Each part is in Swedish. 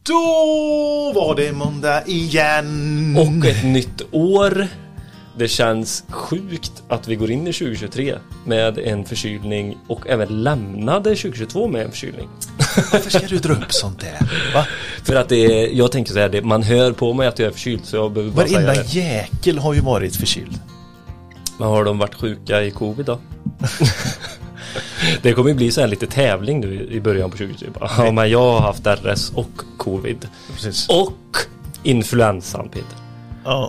Då var det måndag igen. Och ett nytt år. Det känns sjukt att vi går in i 2023 med en förkylning och även lämnade 2022 med en förkylning. Varför ska du dra upp sånt där? Va? För att jag tänker så här, man hör på mig att jag är förkyld, så jag behöver bara säga det. Varenda jäkel har ju varit förkyld. Men har de varit sjuka i covid då? Det kommer ju bli så här lite tävling nu i början på 2023. Ja, men jag har haft RS och covid. Precis. Och influensan, Peter. Ja.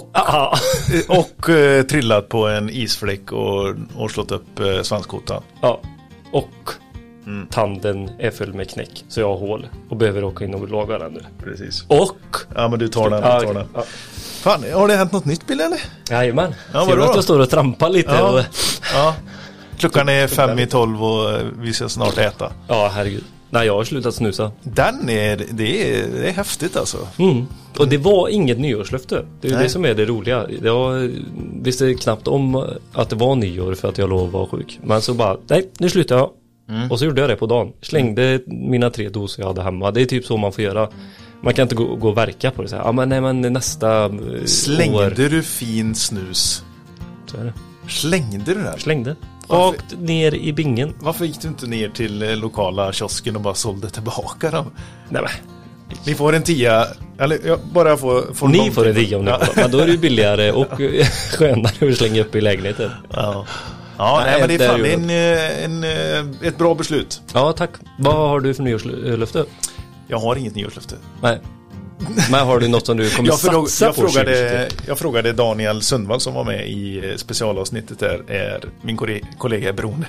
Och trillat på en isfläck och slått upp svanskotan. Ja. Och tanden är full med knäck, så jag har hål och behöver åka in och laga den nu. Precis. Och ja, men du tar den. Ja. Fan, har det hänt något nytt, Bill, eller? Jajamän. Ja, ser du att jag står och trampar lite? Ja. Ja. Klockan är 5:12 och vi ska snart äta. Ja, herregud. Nej, jag har slutat snusa. Det är häftigt alltså. Och det var inget nyårslöfte. Det är ju det som är det roliga. Jag visste knappt om att det var nyår för att jag lov var sjuk. Men så bara, nej, nu slutar jag. Och så gjorde jag det på dagen. Slängde mina 3 doser jag hade hemma. Det är typ så man får göra. Man kan inte gå och verka på det så här. Ja, men nästa Slängde år. du fin snus? Så är det. Slängde du den? Slängde. Rakt ner i bingen. Varför gick du inte ner till lokala kiosken och bara sålde tillbaka dem? Nej, men. Ni får en 10. Eller jag bara får Ni får en 10 om ni får. Men då är det ju billigare och skönare att slänga upp i lägenheten. Ja. Ja, nej, men det är fan ett bra beslut. Ja, tack. Vad har du för nyårslöfte? Jag har inget nyårslöfte. Nej. Men har du något som du kommer satsa på? Jag frågade Daniel Sundvall som var med i specialavsnittet där, är min kollega Bron.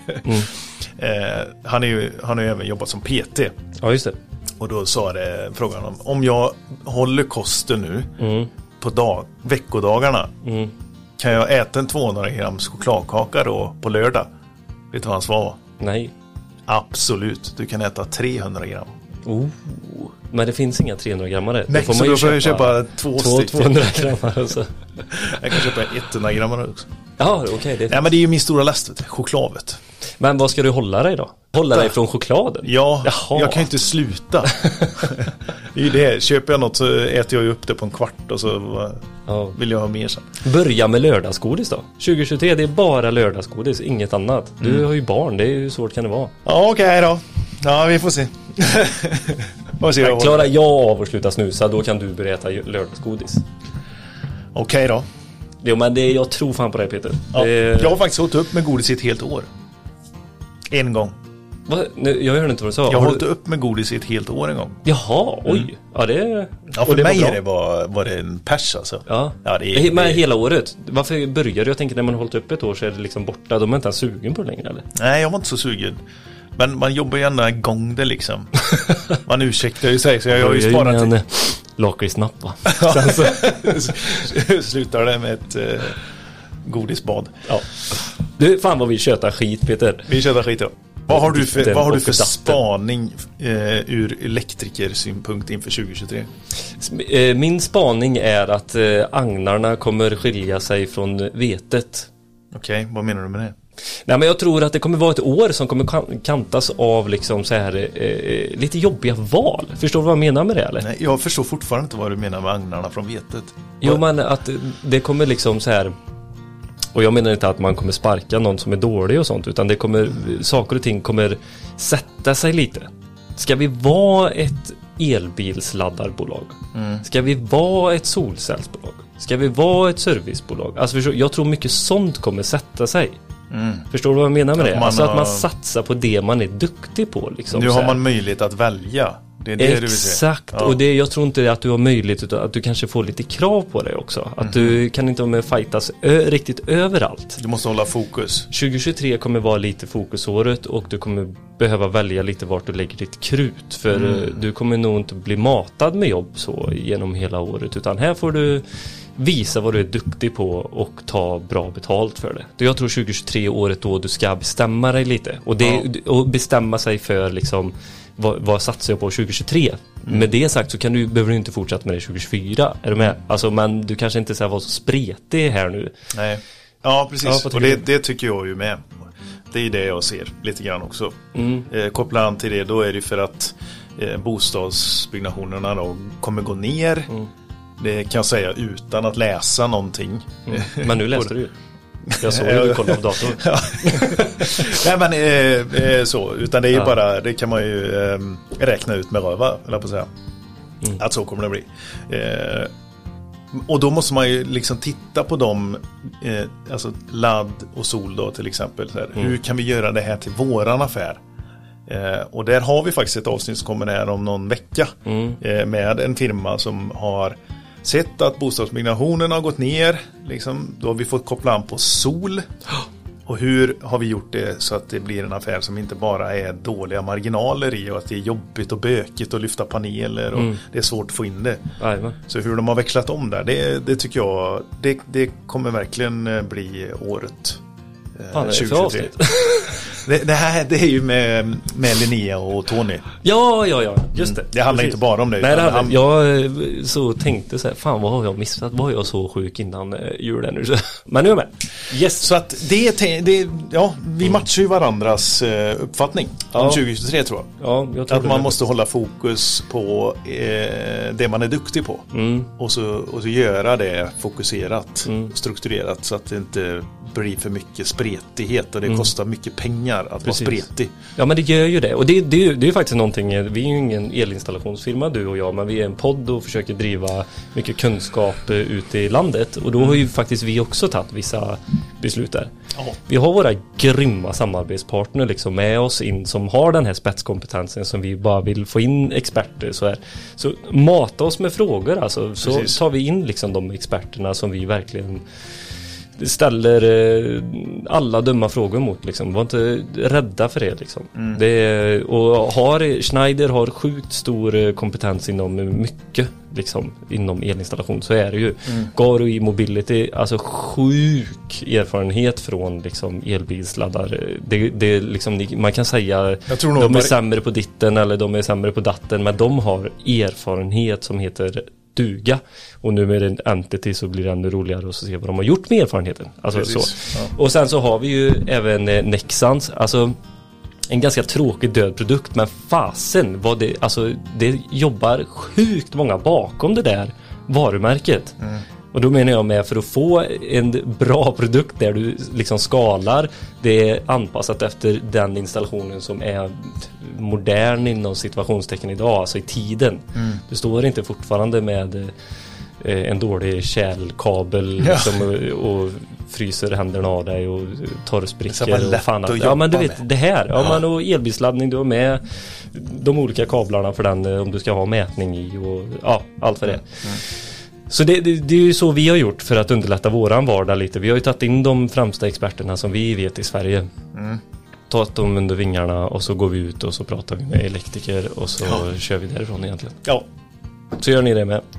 Han har ju även jobbat som PT. Ja, just det. Och då sa det frågan om jag håller kosten nu på veckodagarna, kan jag äta en 200 grams chokladkaka då på lördag? Vet du vad han svarade? Nej. Absolut, du kan äta 300 gram. Men det finns inga 300 grammare. Nej, så då får jag köpa 200 grammar alltså. Jag kan köpa 100 grammar också. Ja, okej. Nej, men det är ju min stora last, chokladet. Men vad ska du hålla dig då? Hålla dig från chokladen? Ja, jag kan ju inte sluta. Det är ju det. Köper jag något så äter jag ju upp det på en kvart och så vill jag ha mer sen. Börja med lördagsgodis då. 2023, det är bara lördagsgodis, inget annat. Du har ju barn, det är ju svårt kan det vara. Ja, okej då. Ja, vi får se. Klarar jag av att sluta snusa, då kan du börja äta lördagsgodis. Okej då. Jo, men jag tror fan på dig, Peter. Ja, jag har faktiskt hållit upp med godis i ett helt år. En gång. Jag hörde inte vad du sa. Jag har hållit upp med godis i ett helt år en gång. Jaha, oj. Ja, det... Ja, för mig var det en pers alltså. Ja, men hela året. Varför börjar du? Jag tänker när man har hållit upp ett år så är det liksom borta. De är inte ens sugen på det längre, eller? Nej, jag var inte så sugen. Men man jobbar ju gärna igång det liksom. Man ursäktar ju sig, så jag har ju sparat en lakritsnapp, va? Sen så slutar det med ett godisbad. Ja. Du, fan vad vi tjötar skit, Peter. Vi tjötar skit, ja. Vad har du för spaning ur elektrikersynpunkt inför 2023? Min spaning är att agnarna kommer skilja sig från vetet. Okej, vad menar du med det? Nej, men jag tror att det kommer vara ett år som kommer kantas av liksom så här lite jobbiga val. Förstår du vad jag menar med det, eller? Nej, jag förstår fortfarande inte vad du menar med agnarna från vetet. Jo, men att det kommer liksom så här. Och jag menar inte att man kommer sparka någon som är dålig och sånt, utan saker och ting kommer sätta sig lite. Ska vi vara ett elbilsladdarbolag? Ska vi vara ett solcellsbolag? Ska vi vara ett servicebolag? Alltså jag tror mycket sånt kommer sätta sig. Förstår du vad jag menar med det? Alltså att man satsar på det man är duktig på liksom, nu har man möjlighet att välja. Det är det du vill se. Exakt, ja. Och jag tror inte att du har möjlighet, utan att du kanske får lite krav på dig också. Att du kan inte vara med och fightas riktigt överallt. Du måste hålla fokus. 2023 kommer vara lite fokusåret, och du kommer behöva välja lite vart du lägger ditt krut. För du kommer nog inte bli matad med jobb så genom hela året, utan här får du visa vad du är duktig på och ta bra betalt för det. Jag tror 2023 är året då du ska bestämma dig lite. Och bestämma sig för liksom vad satsar jag på 2023? Med det sagt så behöver du inte fortsätta med det 2024. Är du med? Alltså, men du kanske inte var så spretig här nu. Nej. Ja, precis. Och det tycker jag ju med. Det är det jag ser lite grann också. Kopplar an till det, då är det för att bostadsbyggnationerna då kommer gå ner. Det kan jag säga utan att läsa någonting. Men nu läste du ju. Jag såg ju du kollade på datorn. Nej men så, utan det är ju bara, det kan man ju räkna ut med röva, eller på att säga. Att så kommer det bli. Och då måste man ju liksom titta på dem, alltså ladd och sol då till exempel. Så här, hur kan vi göra det här till våran affär? Och där har vi faktiskt ett avsnitt som kommer här om någon vecka med en firma som har sett att bostadsbyggnationen har gått ner. Liksom, då har vi fått koppla an på sol. Och hur har vi gjort det så att det blir en affär som inte bara är dåliga marginaler i och att det är jobbigt och bökigt att lyfta paneler och det är svårt att få in det. Så hur de har växlat om där, det tycker jag, det kommer verkligen bli året 2023. Det är ju med Linnea och Tony. Ja, just det. Det handlar inte bara om det. Nej, jag så tänkte så här, fan vad har jag missat? Var jag så sjuk innan julen nu? Men nu är jag med. Yes. Så att vi matchar ju varandras uppfattning om 2023 tror jag. Ja, jag tror att man måste hålla fokus på det man är duktig på. Och så göra det fokuserat, strukturerat så att det inte blir för mycket spretighet och det kostar mycket pengar att vara spretig. Ja, men det gör ju det. Och det är ju faktiskt någonting, vi är ju ingen elinstallationsfirma du och jag, men vi är en podd och försöker driva mycket kunskap ute i landet. Och då har ju faktiskt vi också tagit vissa beslut där. Vi har våra grymma samarbetspartner liksom med oss in som har den här spetskompetensen som vi bara vill få in experter så här. Så mata oss med frågor alltså, så tar vi in liksom de experterna som vi verkligen ställer alla dumma frågor mot liksom. Var inte rädda för det liksom. Och Schneider har sjukt stor kompetens inom mycket liksom, inom elinstallation, så är det ju. Garo e-mobility, alltså sjuk erfarenhet från liksom elbilsladdare. Det liksom, man kan säga de är sämre på ditten eller de är sämre på datten, men de har erfarenhet som heter duga. Och nu med en entity så blir det ännu roligare att se vad de har gjort med erfarenheten. Alltså, så. Ja. Och sen så har vi ju även Nexans, alltså en ganska tråkig död produkt, men fasen vad det, alltså det jobbar sjukt många bakom det där varumärket. Och då menar jag med, för att få en bra produkt där du liksom skalar, det är anpassat efter den installationen som är modern inom situationstecken idag, alltså i tiden. Du står inte fortfarande med en dålig kälkabel liksom, och fryser händerna av dig och torrsprickor och fan att, ja men du vet det här, men och elbilsladdning, du har med de olika kablarna för den om du ska ha mätning i och allt för det. Så det är ju så vi har gjort för att underlätta våran vardag lite. Vi har ju tagit in de främsta experterna som vi vet i Sverige. Tagit dem under vingarna och så går vi ut och så pratar vi med elektriker och så kör vi därifrån egentligen. Ja. Så gör ni det med.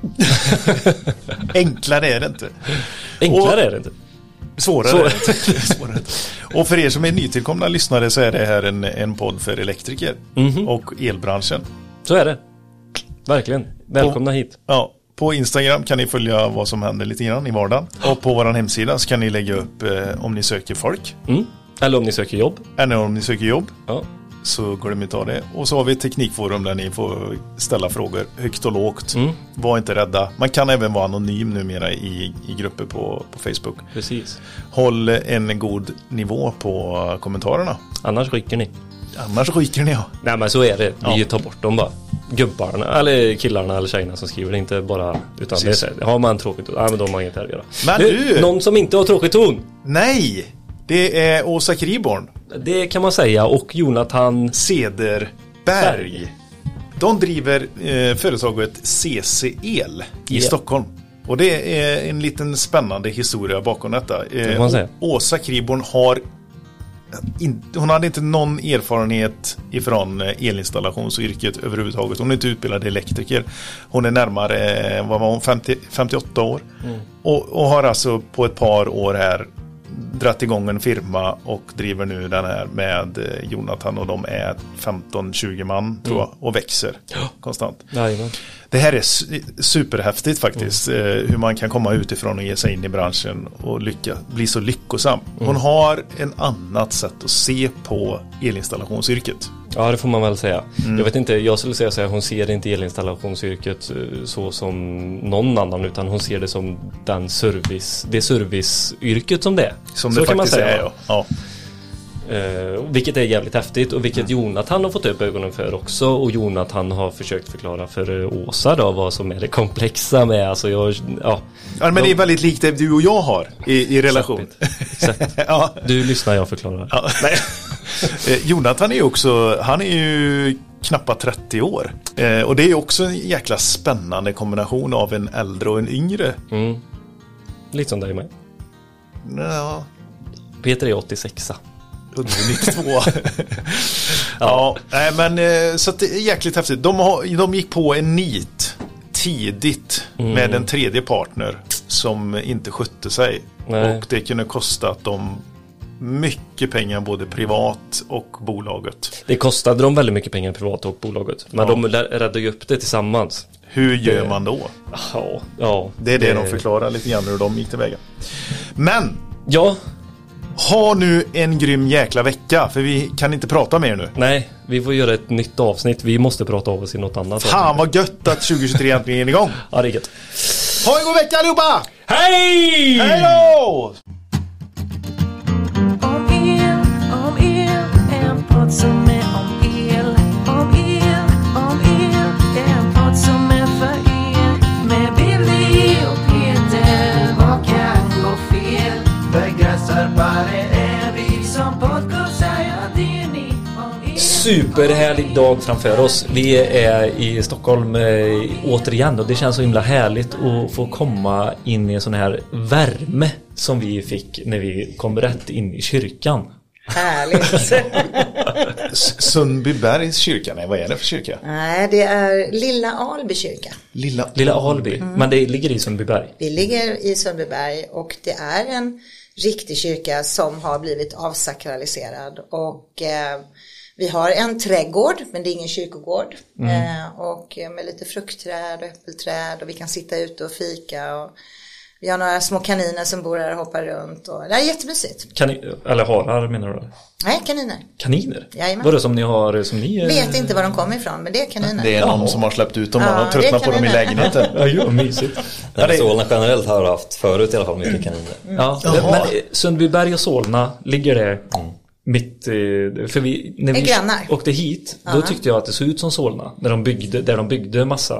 Enklare är det inte. Enklare är det inte. Svårare är det inte. Och för er som är nytillkomna lyssnare så är det här en podd för elektriker och elbranschen. Så är det. Verkligen. Välkomna hit. Ja. På Instagram kan ni följa vad som händer lite grann i vardagen. Och på vår hemsida så kan ni lägga upp om ni söker folk. Eller om ni söker jobb. Ja. Så går det med att ta det. Och så har vi ett teknikforum där ni får ställa frågor högt och lågt. Var inte rädda. Man kan även vara anonym numera i grupper på Facebook. Precis. Håll en god nivå på kommentarerna. Annars ryker ni. Ja. Nej men så är det. Vi tar bort dem bara. Gubbarna eller killarna eller tjejerna som skriver det, inte bara utan det har man tråkigt ton. Men de har inget här att göra. Men du, någon som inte har tråkigt ton. Nej, det är Åsa Kriborn. Det kan man säga, och Jonathan Cederberg. De driver företaget CC El i Stockholm. Och det är en liten spännande historia bakom detta. Åsa Kriborn hon hade inte någon erfarenhet ifrån elinstallationsyrket överhuvudtaget. Hon är inte utbildad elektriker. Hon är närmare 58 år. Och har alltså på ett par år här dratt igång en firma och driver nu den här med Jonathan, och de är 15-20 man tror jag, och växer konstant. Jajamän. Det här är superhäftigt faktiskt, hur man kan komma utifrån och ge sig in i branschen och bli så lyckosam. Hon har en annat sätt att se på elinstallationsyrket. Ja, det får man väl säga. Jag vet inte, jag skulle säga så här, hon ser inte elinstallationsyrket så som någon annan, utan hon ser det som det serviceyrket som det är. Som så det kan man faktiskt säga. är, ja. Vilket är jävligt häftigt och vilket Jonathan har fått upp ögonen för också, och Jonathan har försökt förklara för Åsa då vad som är det komplexa med, alltså men det är väldigt likt det du och jag har i relation. Exakt. Ja. Du lyssnar, jag förklarar. Ja, nej. Jonathan är ju också, han är ju knappt 30 år. Och det är också en jäkla spännande kombination av en äldre och en yngre. Lite som dig med. Ja. Peter är 86a. Och du är 92. Ja, nej, men så att det är jäkligt häftigt. De gick på en nit tidigt med en tredje partner som inte skötte sig. Nej. Och det kunde kosta att de mycket pengar både privat och bolaget. Det kostade dem väldigt mycket pengar privat och bolaget. Men de räddade ju upp det tillsammans. Hur gör man då? Ja. Det är det de förklarar lite grann hur de gick tillväga. Men Ja. Ha nu en grym jäkla vecka, för vi kan inte prata mer nu. Nej, vi får göra ett nytt avsnitt. Vi måste prata av oss i något annat. Fan vad gött att 2023 äntligen är igång. Ja, det är gött. Ha en god vecka allihopa! Hej! Hej då! Om el, en podd som är om el. Om el, en podd som är för er. Med Billy och Peter, vad kan gå fel? Begränsarbare är vi som podcastar, ja det är ni. Superhärlig dag framför oss. Vi är i Stockholm återigen, och det känns så himla härligt att få komma in i en sån här värme som vi fick när vi kom rätt in i kyrkan. Härligt. Sundbybergs kyrka, nej vad är det för kyrka? Nej, det är Lilla Alby kyrka. Lilla Alby, men det ligger i Sundbyberg. Vi ligger i Sundbyberg och det är en riktig kyrka som har blivit avsakraliserad. Och vi har en trädgård, men det är ingen kyrkogård. Och med lite fruktträd och äppelträd, och vi kan sitta ute och fika. Och vi har några små kaniner som bor här och hoppar runt. Och det är jättemysigt. Eller harar menar du? Nej, kaniner. Kaniner? Jajamän. Vad är det som ni har? Som ni Vet inte var de kommer ifrån, men det är kaniner. Det är någon som har släppt ut dem och Ja, har tröttnat det är på dem i kaniner. lägenheten. Ja, jo, mysigt. Solna generellt har haft förut i alla fall mycket kaniner. Ja, men Sundbyberg och Solna ligger där mitt, för när vi grannar. åkte hit, då tyckte jag att det såg ut som Solna där de byggde massa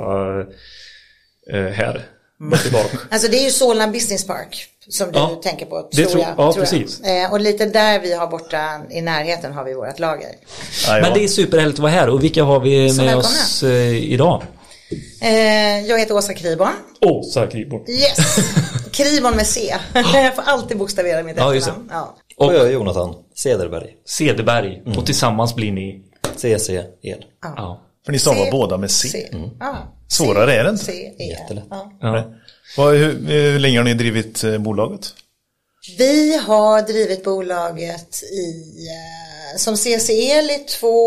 här tillbaka. Alltså det är ju Solna Business Park som du tänker på, tror jag. Ja, precis. Och lite där vi har borta i närheten har vi vårt lager. Men det är superhärligt att vara här, och vilka har vi med oss idag? Jag heter Åsa Kriborn. Åsa Kriborn. Yes, Kriborn med C. Jag får alltid bokstavera mitt efternamn. Ja. Och jag är Jonathan Cederberg. Och tillsammans blir ni CC El. Ja. För ni stavar båda med C. Ja. Svårare är det inte. Jättelätt. Ja. Hur länge har ni drivit bolaget? Vi har drivit bolaget som CCL i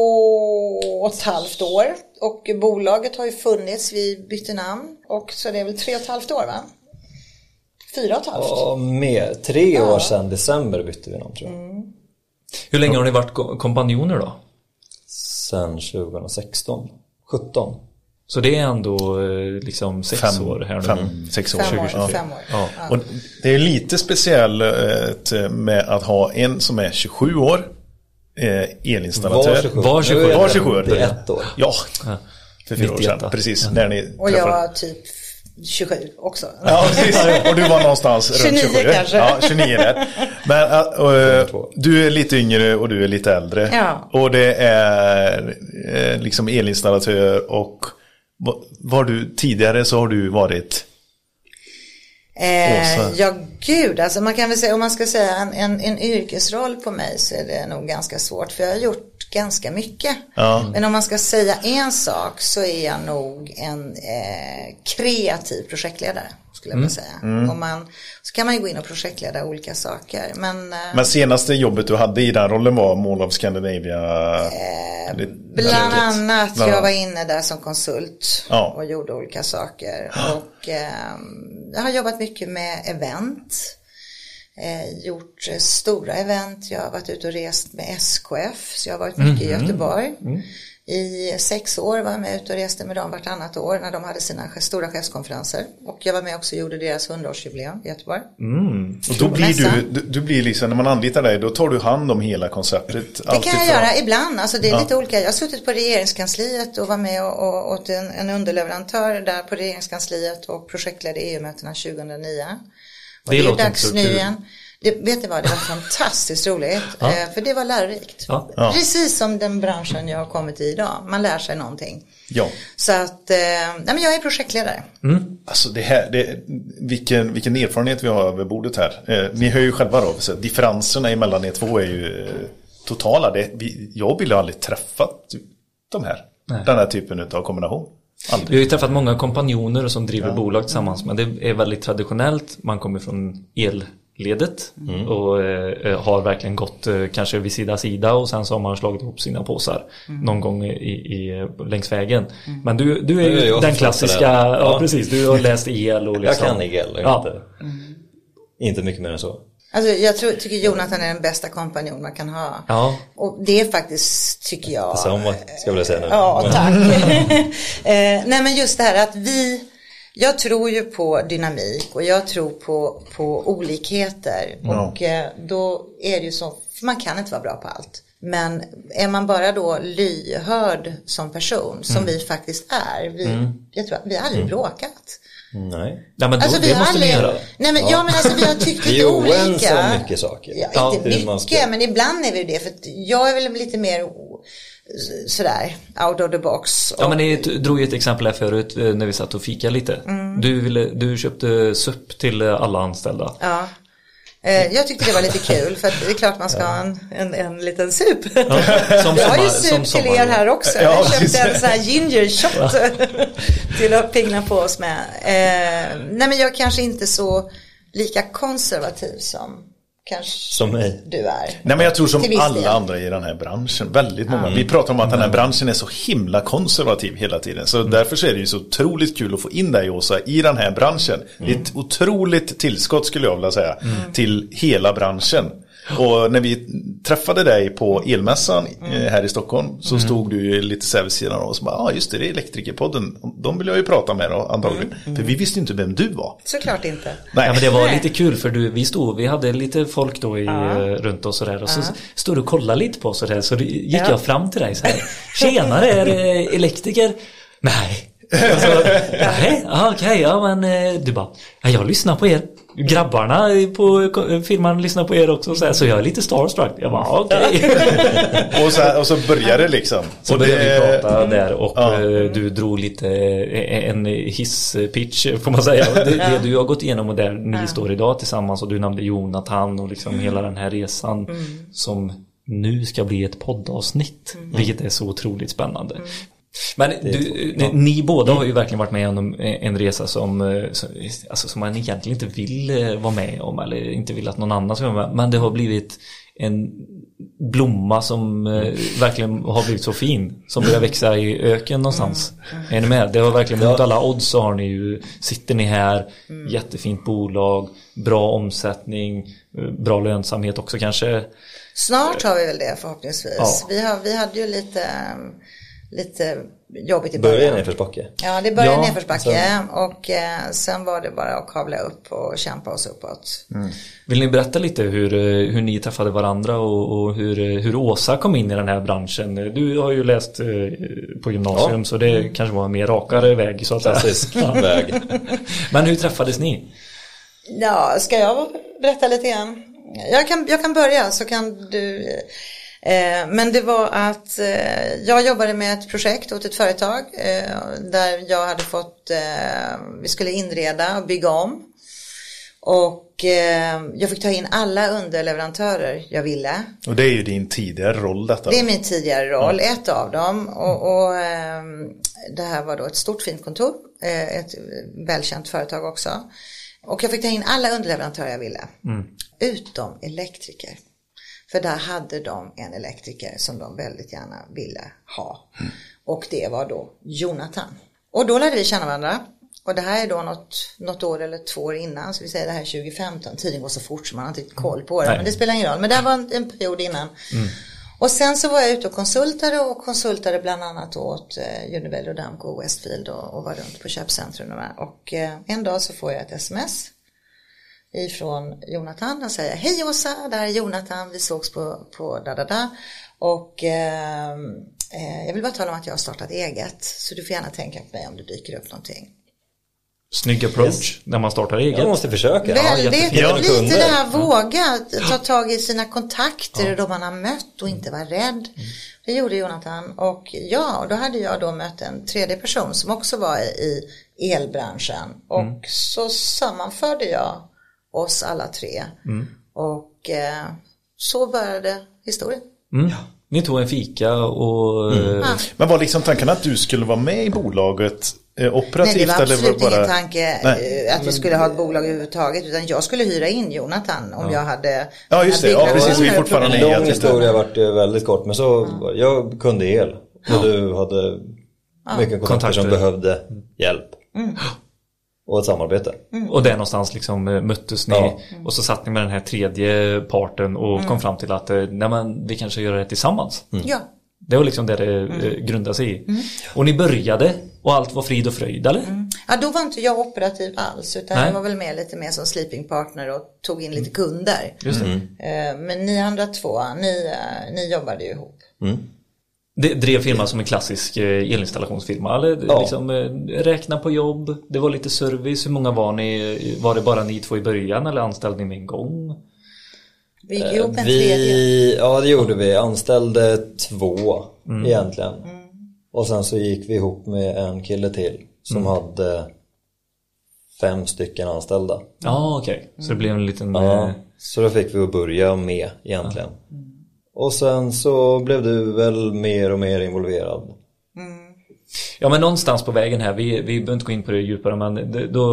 2,5 år. Och bolaget har ju funnits, vi bytte namn. Och så det är väl 3,5 år, va? 4,5. Ja, med 3 år sedan december bytte vi namn, tror jag. Hur länge har ni varit kompanjoner då? Sen 2016. 17. Så det är ändå liksom 6 år här nu. 6 år. 5 år. Ja. Och det är lite speciellt med att ha en som är 27 år, elinstallatör. Var 27 år. Det är 1 år. Ja, för 4 år sedan. 91. Precis, när ni Och jag träffade. var typ 27 också. Ja, precis. Och du var någonstans runt 29 27. kanske. Ja, 29 där. Men du är lite yngre och du är lite äldre. Ja. Och det är liksom elinstallatör, och var du tidigare så har du varit Åsa. Ja, gud, alltså man kan väl säga, om man ska säga en yrkesroll på mig, så är det nog ganska svårt, för jag har gjort ganska mycket. Men om man ska säga en sak, så är jag nog en kreativ projektledare, skulle jag vilja säga. Så kan man ju gå in och projektleda olika saker. Men senaste jobbet du hade i den rollen var Mall of Scandinavia? bland annat, jag var inne där som konsult och gjorde olika saker. Och jag har jobbat mycket med event. gjort stora event. Jag har varit ute och rest med SKF, så jag har varit mycket i Göteborg. I 6 år var jag med ut och reste med dem vartannat år när de hade sina stora chefskonferenser. Och jag var med också och gjorde deras 100-årsjubileum i Göteborg. Och då blir du blir liksom, när man anlitar dig, då tar du hand om hela konceptet. Det kan jag göra ibland, alltså det är lite olika. Jag har suttit på regeringskansliet och var med åt en underleverantör där på regeringskansliet och projektledde EU-mötena 2009. Och det är dags nu igen. Vet ni vad, det var fantastiskt roligt. För det var lärorikt. Precis som den branschen jag har kommit i idag. Man lär sig någonting. Ja. Så att, men jag är projektledare. Alltså vilken erfarenhet vi har över bordet här. Ni hör ju själva då, så differenserna emellan er två är ju totala. Jag ville aldrig träffat den här typen av kombination. Aldrig. Vi har ju träffat många kompanjoner som driver bolag tillsammans, men det är väldigt traditionellt. Man kommer från elledet och har verkligen gått kanske vid sida och sen så har man slagit ihop sina påsar någon gång längs vägen. Men du är ju den klassiska, precis, du har läst el och liksom. Jag kan el inte mycket mer än så. Alltså jag tycker Jonathan är den bästa kompanjon man kan ha. Ja. Och det är faktiskt, tycker jag. Samma ska jag vilja säga nu. Ja, tack. Nej, men just det här att jag tror ju på dynamik och jag tror på olikheter. Och då är det ju så, för man kan inte vara bra på allt. Men är man bara då lyhörd som person, som vi faktiskt är, jag tror att vi har aldrig bråkat. Nej. Ja, men alltså, det måste ni göra. Nej, men, men alltså, vi har tyckt lite olika. Vi är oense om mycket saker. Ja, inte mycket, men ibland är vi det. För jag är väl lite mer sådär out of the box. Ja, men ni drog ju ett exempel här förut när vi satt och fika lite. Du köpte SUP till alla anställda. Ja. Jag tyckte det var lite kul, för att det är klart man ska ha en liten sup. Ja, jag har ju sup till er här också. Jag köpte en sån här ginger shot till att pigna på oss med. Nej, men jag kanske inte så lika konservativ som mig. Du är. Nej, men jag tror som alla andra i den här branschen, väldigt många. Vi pratar om att den här branschen är så himla konservativ hela tiden. Så därför så är det ju så otroligt kul att få in dig, Åsa, i den här branschen. Det är ett otroligt tillskott, skulle jag vilja säga, till hela branschen. Och när vi träffade dig på elmässan här i Stockholm, så stod du ju lite så här vid sidan av och så bara, just det är Elektrikerpodden. De vill jag ju prata med då, antagligen. För vi visste inte vem du var. Såklart inte. Nej. Ja, men det var lite kul, för vi hade lite folk då runt oss och där, och så stod du och kollade lite på oss och där, så gick jag fram till dig så här: tjenare, är det elektriker? Nej. Okej, men du bara, jag lyssnar på er. Grabbarna på firman lyssnar på er också, så jag är lite starstruck. Jag bara, okej. och så började det liksom. Så började vi prata där, och du drog lite en hisspitch, får man säga. Det du har gått igenom, och där ni står idag tillsammans, och du nämnde Jonathan och liksom hela den här resan som nu ska bli ett poddavsnitt, vilket är så otroligt spännande. Men ni båda har ju verkligen varit med om en resa som man egentligen inte vill vara med om, eller inte vill att någon annan ska vara med. Men det har blivit en blomma som verkligen har blivit så fin, som börjar växa i öken någonstans. Är ni med? Det har verkligen mot alla odds, så har ni ju, sitter ni här, jättefint bolag, bra omsättning, bra lönsamhet också kanske. Snart har vi väl det, förhoppningsvis. Vi hade ju lite jobbigt i början. Började nedförsbacke. Ja, det började nedförsbacke, och sen var det bara att kavla upp och kämpa oss uppåt. Vill ni berätta lite hur ni träffade varandra och hur Åsa kom in i den här branschen? Du har ju läst på gymnasium, så det kanske var en mer rakare väg, så att säga. Väg. Men hur träffades ni? Ja, ska jag berätta lite grann? Jag kan börja, så kan du... Men det var att jag jobbade med ett projekt åt ett företag där jag hade fått, vi skulle inreda och bygga om, och jag fick ta in alla underleverantörer jag ville. Och det är ju din tidigare roll detta? Det är min tidigare roll, ett av dem, och det här var då ett stort fint kontor, ett välkänt företag också, och jag fick ta in alla underleverantörer jag ville, utom elektriker. För där hade de en elektriker som de väldigt gärna ville ha. Och det var då Jonathan. Och då lärde vi känna varandra. Och det här är då något år eller 2 år innan, så vi säger det här 2015. Tiden går så fort så man har inte riktigt koll på det, men det spelar ingen roll. Men det var en period innan. Och sen så var jag ute och konsultade bland annat åt Universal, Damco och Westfield och var runt på köpcentrum. Och en dag så får jag ett sms ifrån Jonathan. Han säger: hej Åsa, det här är Jonathan, vi sågs på da. Och jag vill bara tala om att jag har startat eget, så du får gärna tänka på mig om det dyker upp någonting. Snygg approach när man startar eget. Jag måste försöka. Väldigt, lite det här våga ta tag i sina kontakter och de man har mött och inte vara rädd. Det gjorde Jonathan. Och då hade jag då mött en tredje person som också var i elbranschen. Och så sammanförde jag oss alla 3. Och så började historien. Ni tog en fika och... Men var liksom tanken att du skulle vara med i bolaget operativt? Nej, det var absolut eller ingen tanke att vi skulle ha ett bolag överhuvudtaget, utan jag skulle hyra in Jonathan om jag hade... Ja, just det. Ja, precis. Vi fortfarande en lång historia varit väldigt kort, men så jag kunde el och du hade mycket kontakter som behövde hjälp. Och ett samarbete. Och där någonstans liksom möttes ni och så satt ni med den här tredje parten och kom fram till att vi kanske gör det tillsammans. Ja. Det var liksom där det grundade sig i. Och ni började och allt var frid och fröjd, eller? Ja, då var inte jag operativ alls, utan jag var väl med lite mer som sleeping partner och tog in lite kunder. Just det. Men ni andra 2, ni jobbade ju ihop. Det drev firman som en klassisk elinstallationsfirma, eller liksom räkna på jobb, det var lite service. Hur många var ni? Var det bara ni 2 i början eller anställde ni med en gång? Vi gick ihop en tredje. Ja, det gjorde vi. Anställde 2 egentligen. Och sen så gick vi ihop med en kille till som hade 5 stycken anställda. Ja, okej. Så det blev en liten... Så då fick vi börja med egentligen. Och sen så blev du väl mer och mer involverad. Ja, men någonstans på vägen här, vi behöver inte gå in på det djupare, men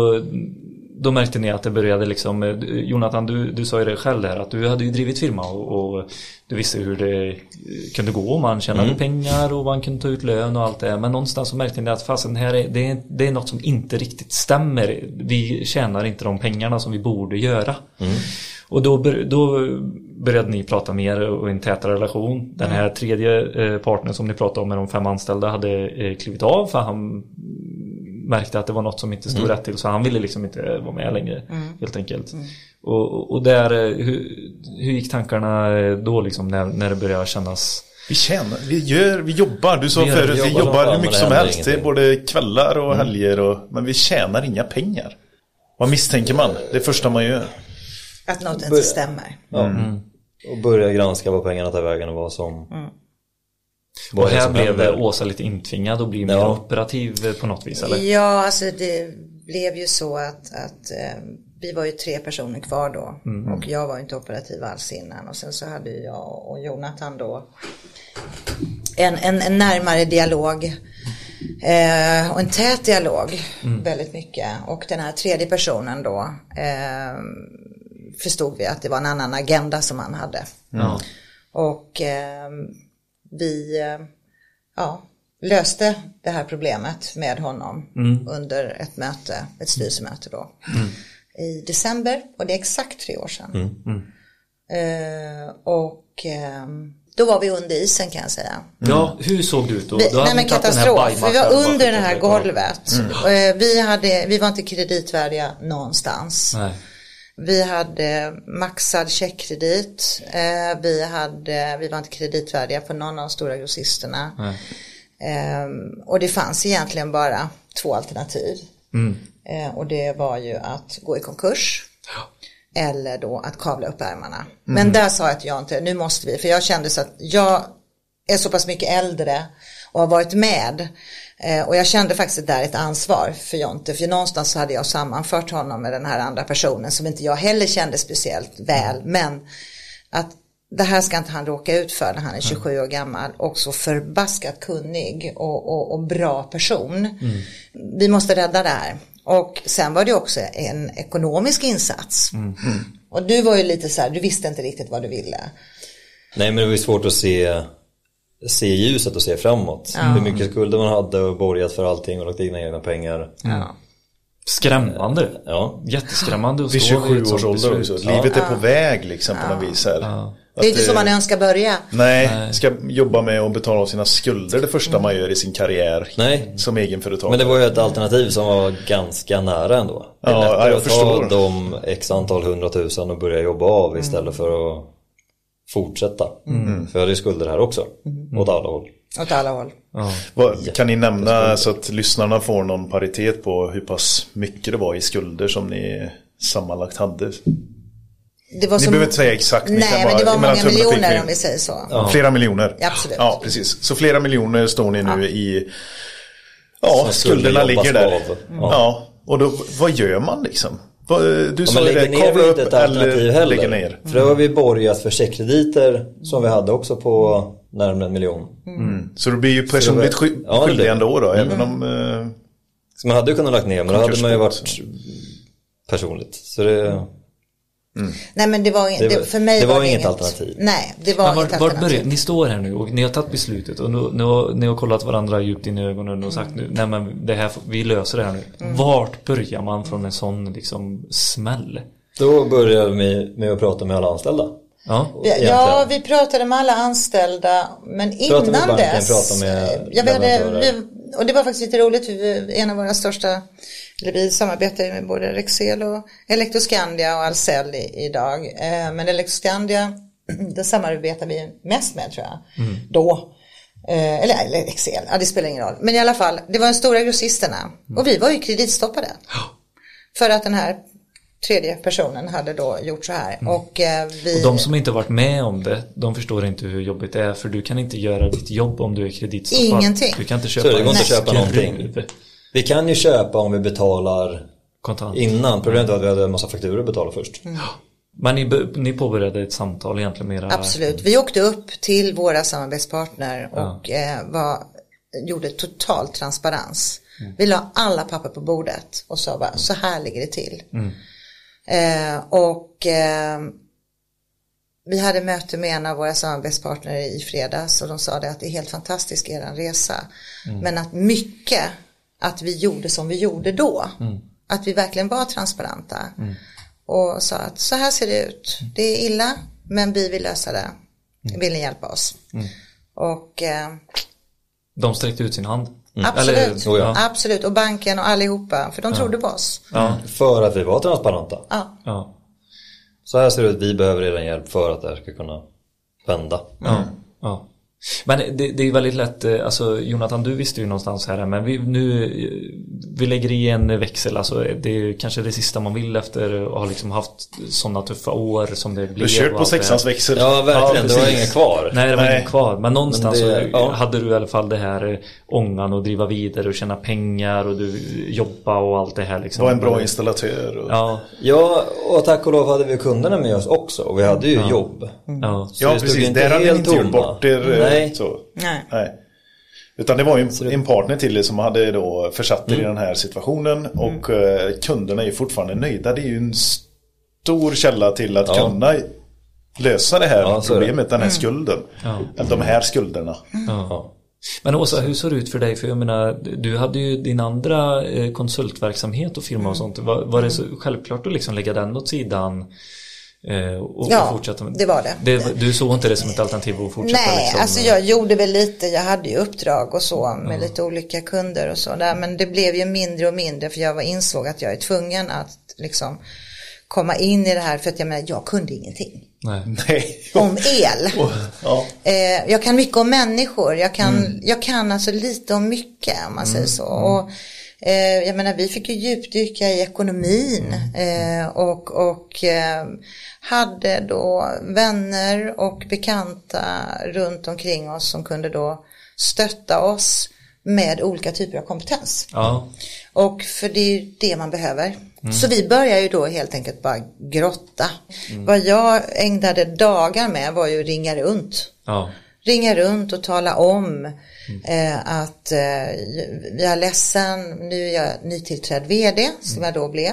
då märkte ni att det började liksom... Jonathan, du sa ju det själv där, att du hade ju drivit firma och du visste hur det kunde gå. Man tjänade pengar och man kunde ta ut lön och allt det. Men någonstans så märkte ni att fasen här det är något som inte riktigt stämmer. Vi tjänar inte de pengarna som vi borde göra. Och då började ni prata mer och en tätare relation. Den här tredje partnern som ni pratade om med de 5 anställda hade klivit av, för han märkte att det var något som inte stod rätt till, så han ville liksom inte vara med längre helt enkelt. Och där, hur gick tankarna då liksom när det började kännas? Vi jobbar, du sa förut, vi jobbar hur mycket som helst. Det är både kvällar och helger, men vi tjänar inga pengar. Vad misstänker man? Det första man gör. Att något inte stämmer. Och börja granska vad pengarna tar vägen och vad som... Och här blev Åsa lite intvingad och bli mer operativ på något vis, eller? Ja, alltså det blev ju så att vi var ju 3 personer kvar då. Och jag var inte operativ alls innan. Och sen så hade jag och Jonathan då en närmare dialog. Och en tät dialog väldigt mycket. Och den här tredje personen då förstod vi att det var en annan agenda som han hade. Och vi löste det här problemet med honom under ett styrelsemöte då i december, och det är exakt 3 år sedan. Då var vi under isen, kan jag säga. Ja, hur såg det ut då? Nej, men katastrof. Vi var under det här golvet. Vi var inte kreditvärdiga någonstans. Nej. Vi hade maxad checkkredit. Vi var inte kreditvärdiga för någon av de stora grossisterna. Och det fanns egentligen bara 2 alternativ. Och det var ju att gå i konkurs eller då att kavla upp ärmarna. Men där sa jag att jag inte, nu måste vi, för jag kände så att jag är så pass mycket äldre och har varit med. Och jag kände faktiskt att det är ett ansvar för Jonte. För någonstans hade jag sammanfört honom med den här andra personen som inte jag heller kände speciellt väl. Men att det här ska inte han råka ut för när han är 27 år gammal. Och så förbaskat kunnig och bra person. Vi måste rädda det här. Och sen var det också en ekonomisk insats. Och du var ju lite så här, du visste inte riktigt vad du ville. Nej, men det var ju svårt att se ljuset och se framåt. Hur mycket skulder man hade och borgat för allting och lagt in egna pengar. Skrämmande. Ja. Jätteskrämmande att Vid stå vid ett 27 års sånt ålder beslut. också. Livet är på väg liksom på något vis här. Ja. Det är inte så man önskar börja. Nej, ska jobba med att betala av sina skulder det första man gör i sin karriär. Nej. Som egenföretagare. Men det var ju ett alternativ som var ganska nära ändå. Det är Ja, lättare jag att förstår. ta de x antal 100,000 och börja jobba av istället för att fortsätta. För jag hade ju skulder här också. Åt alla håll. Åt alla håll. Kan ni nämna så att lyssnarna får någon paritet på hur pass mycket det var i skulder som ni sammanlagt hade? Det var Ni behöver inte säga exakt. Ni kan Nej, bara- men det var mellan många tummen och miljoner pekfingret. om vi säger så. Ja. Flera miljoner. Ja, absolut. Ja, precis. Så flera miljoner står ni nu i. Ja, Som skulle skulderna jobbas ligger där. av. Ja, och då, vad gör man liksom? Du sa Men ju lägga det, ner var kavla ju upp inte ett alternativ eller lägga heller. ner. För då har vi borgat för checkkrediter som vi hade också på närmare 1 miljon. Så det blir ju personligt Ja, skyldig det- ändå då, även om... Så man hade ju kunnat lagt ner, men då hade man ju varit personligt. Så det... Nej, men det var, Det var- för mig det var det inget alternativ. Nej, det var Men inget vart alternativ. börjar, ni står här nu och ni har tagit beslutet och ni har kollat varandra djupt in i ögonen och sagt nu, nej men det här, vi löser det här nu. Vart börjar man från en sån liksom smäll? Då började vi med att prata med alla anställda. Ja. Ja, vi pratade med alla anställda, men Pratade med innan banken, dess pratade med ja, leverantörer. och det var faktiskt lite roligt, en av våra största, eller vi samarbetar ju med både Rexel och Elektroskandia och Ahlsell idag, men Elektroskandia det samarbetar vi mest med, tror jag, då. Eller Excel, ja, det spelar ingen roll. Men i alla fall, det var de stora grossisterna. Och vi var ju kreditstoppade. För att den här tredje personen hade då gjort så här. Och vi... Och de som inte varit med om det, de förstår inte hur jobbigt det är. För du kan inte göra ditt jobb om du är kreditstoppad. Ingenting. Du kan inte Så köpa det går inte att köpa skruv. någonting. Vi kan ju köpa om vi betalar Kontant. innan. Problemet var att vi hade en massa fakturor att betala först. Men ni påbörjade ett samtal egentligen med era... Absolut. Vi åkte upp till våra samarbetspartner och gjorde total transparens. Vi la alla papper på bordet och sa bara, så här ligger det till. Vi hade möte med en av våra samarbetspartner i fredags och de sa det att det är helt fantastisk er resa. Men att mycket att vi gjorde som vi gjorde då. Att vi verkligen var transparenta. Och sa att så här ser det ut. Det är illa, men vi vill lösa det. Vill ni hjälpa oss? Och De sträckte ut sin hand. absolut, Oh ja. absolut. Och banken och allihopa, för de trodde på oss. För att vi var transparenta. Ja. Ja. Så här ser det ut, vi behöver redan hjälp för att det här ska kunna vända. Ja. Men det är väldigt lätt, alltså Jonathan, du visste ju någonstans här, men vi lägger i en växel, alltså det är kanske det sista man vill efter att ha liksom haft sådana tuffa år som det blev. Du har kört på sexans växel. Ja, verkligen, det var precis. ingen kvar. Nej, det var ingen kvar. Men någonstans Men det- så hade du i alla fall det här ångan och driva vidare och tjäna pengar och du jobba och allt det här liksom. Var en bra installatör. Och... Ja, och tack och lov hade vi kunderna med oss också. Och vi hade ju jobb. Ja. Så Ja, det stod precis. inte Där hade ni helt inte gjort tomma. bort er. Nej. Så. Nej. Utan det var ju en partner till er som hade då försatt er i den här situationen. Och kunderna är fortfarande nöjda. Det är ju en stor källa till att kunna lösa det här så är det. problemet, den här skulden. De här skulderna. Ja. Men Åsa, hur såg det ut för dig? För jag menar, du hade ju din andra konsultverksamhet och firma och sånt. Var det så självklart att liksom lägga den åt sidan och fortsätta med? Det var det. Du såg inte det som ett alternativ att fortsätta? Nej, liksom, alltså jag gjorde väl lite, jag hade ju uppdrag och så med lite olika kunder och så där, men det blev ju mindre och mindre för jag insåg att jag är tvungen att liksom komma in i det här, för att jag menar, jag kunde ingenting Nej. om el. Ja. Jag kan mycket om människor, jag kan alltså lite om mycket om man säger så. Och jag menar, vi fick ju djupdyka i ekonomin och hade då vänner och bekanta runt omkring oss som kunde då stötta oss med olika typer av kompetens. Ja. Och för det är ju det man behöver. Så vi börjar ju då helt enkelt bara grotta. Vad jag ägnade dagar med var ju att ringa runt. Ja. Ringa runt och tala om att jag är ledsen, nu är jag nytillträdd vd som jag då blev.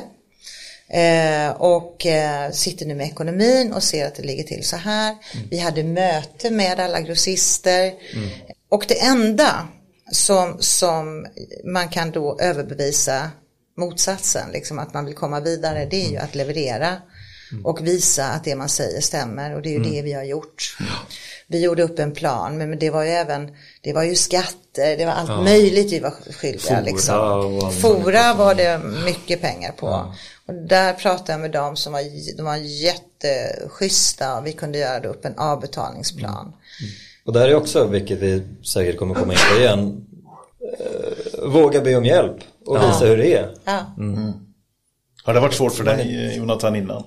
Och sitter nu med ekonomin och ser att det ligger till så här. Vi hade möte med alla grossister. Och det enda som man kan då överbevisa motsatsen, liksom att man vill komma vidare, det är ju att leverera och visa att det man säger stämmer, och det är ju det vi har gjort. Vi gjorde upp en plan, men det var ju det var ju skatter, det var allt möjligt vi var skyldiga. Fora var det mycket pengar på. Och där pratade jag med dem som var jätteschyssta, och vi kunde göra upp en avbetalningsplan. Och det här är också, vilket vi säkert kommer komma in på igen, våga be om hjälp och visa hur det är. Har det varit svårt för dig, Jonathan, innan?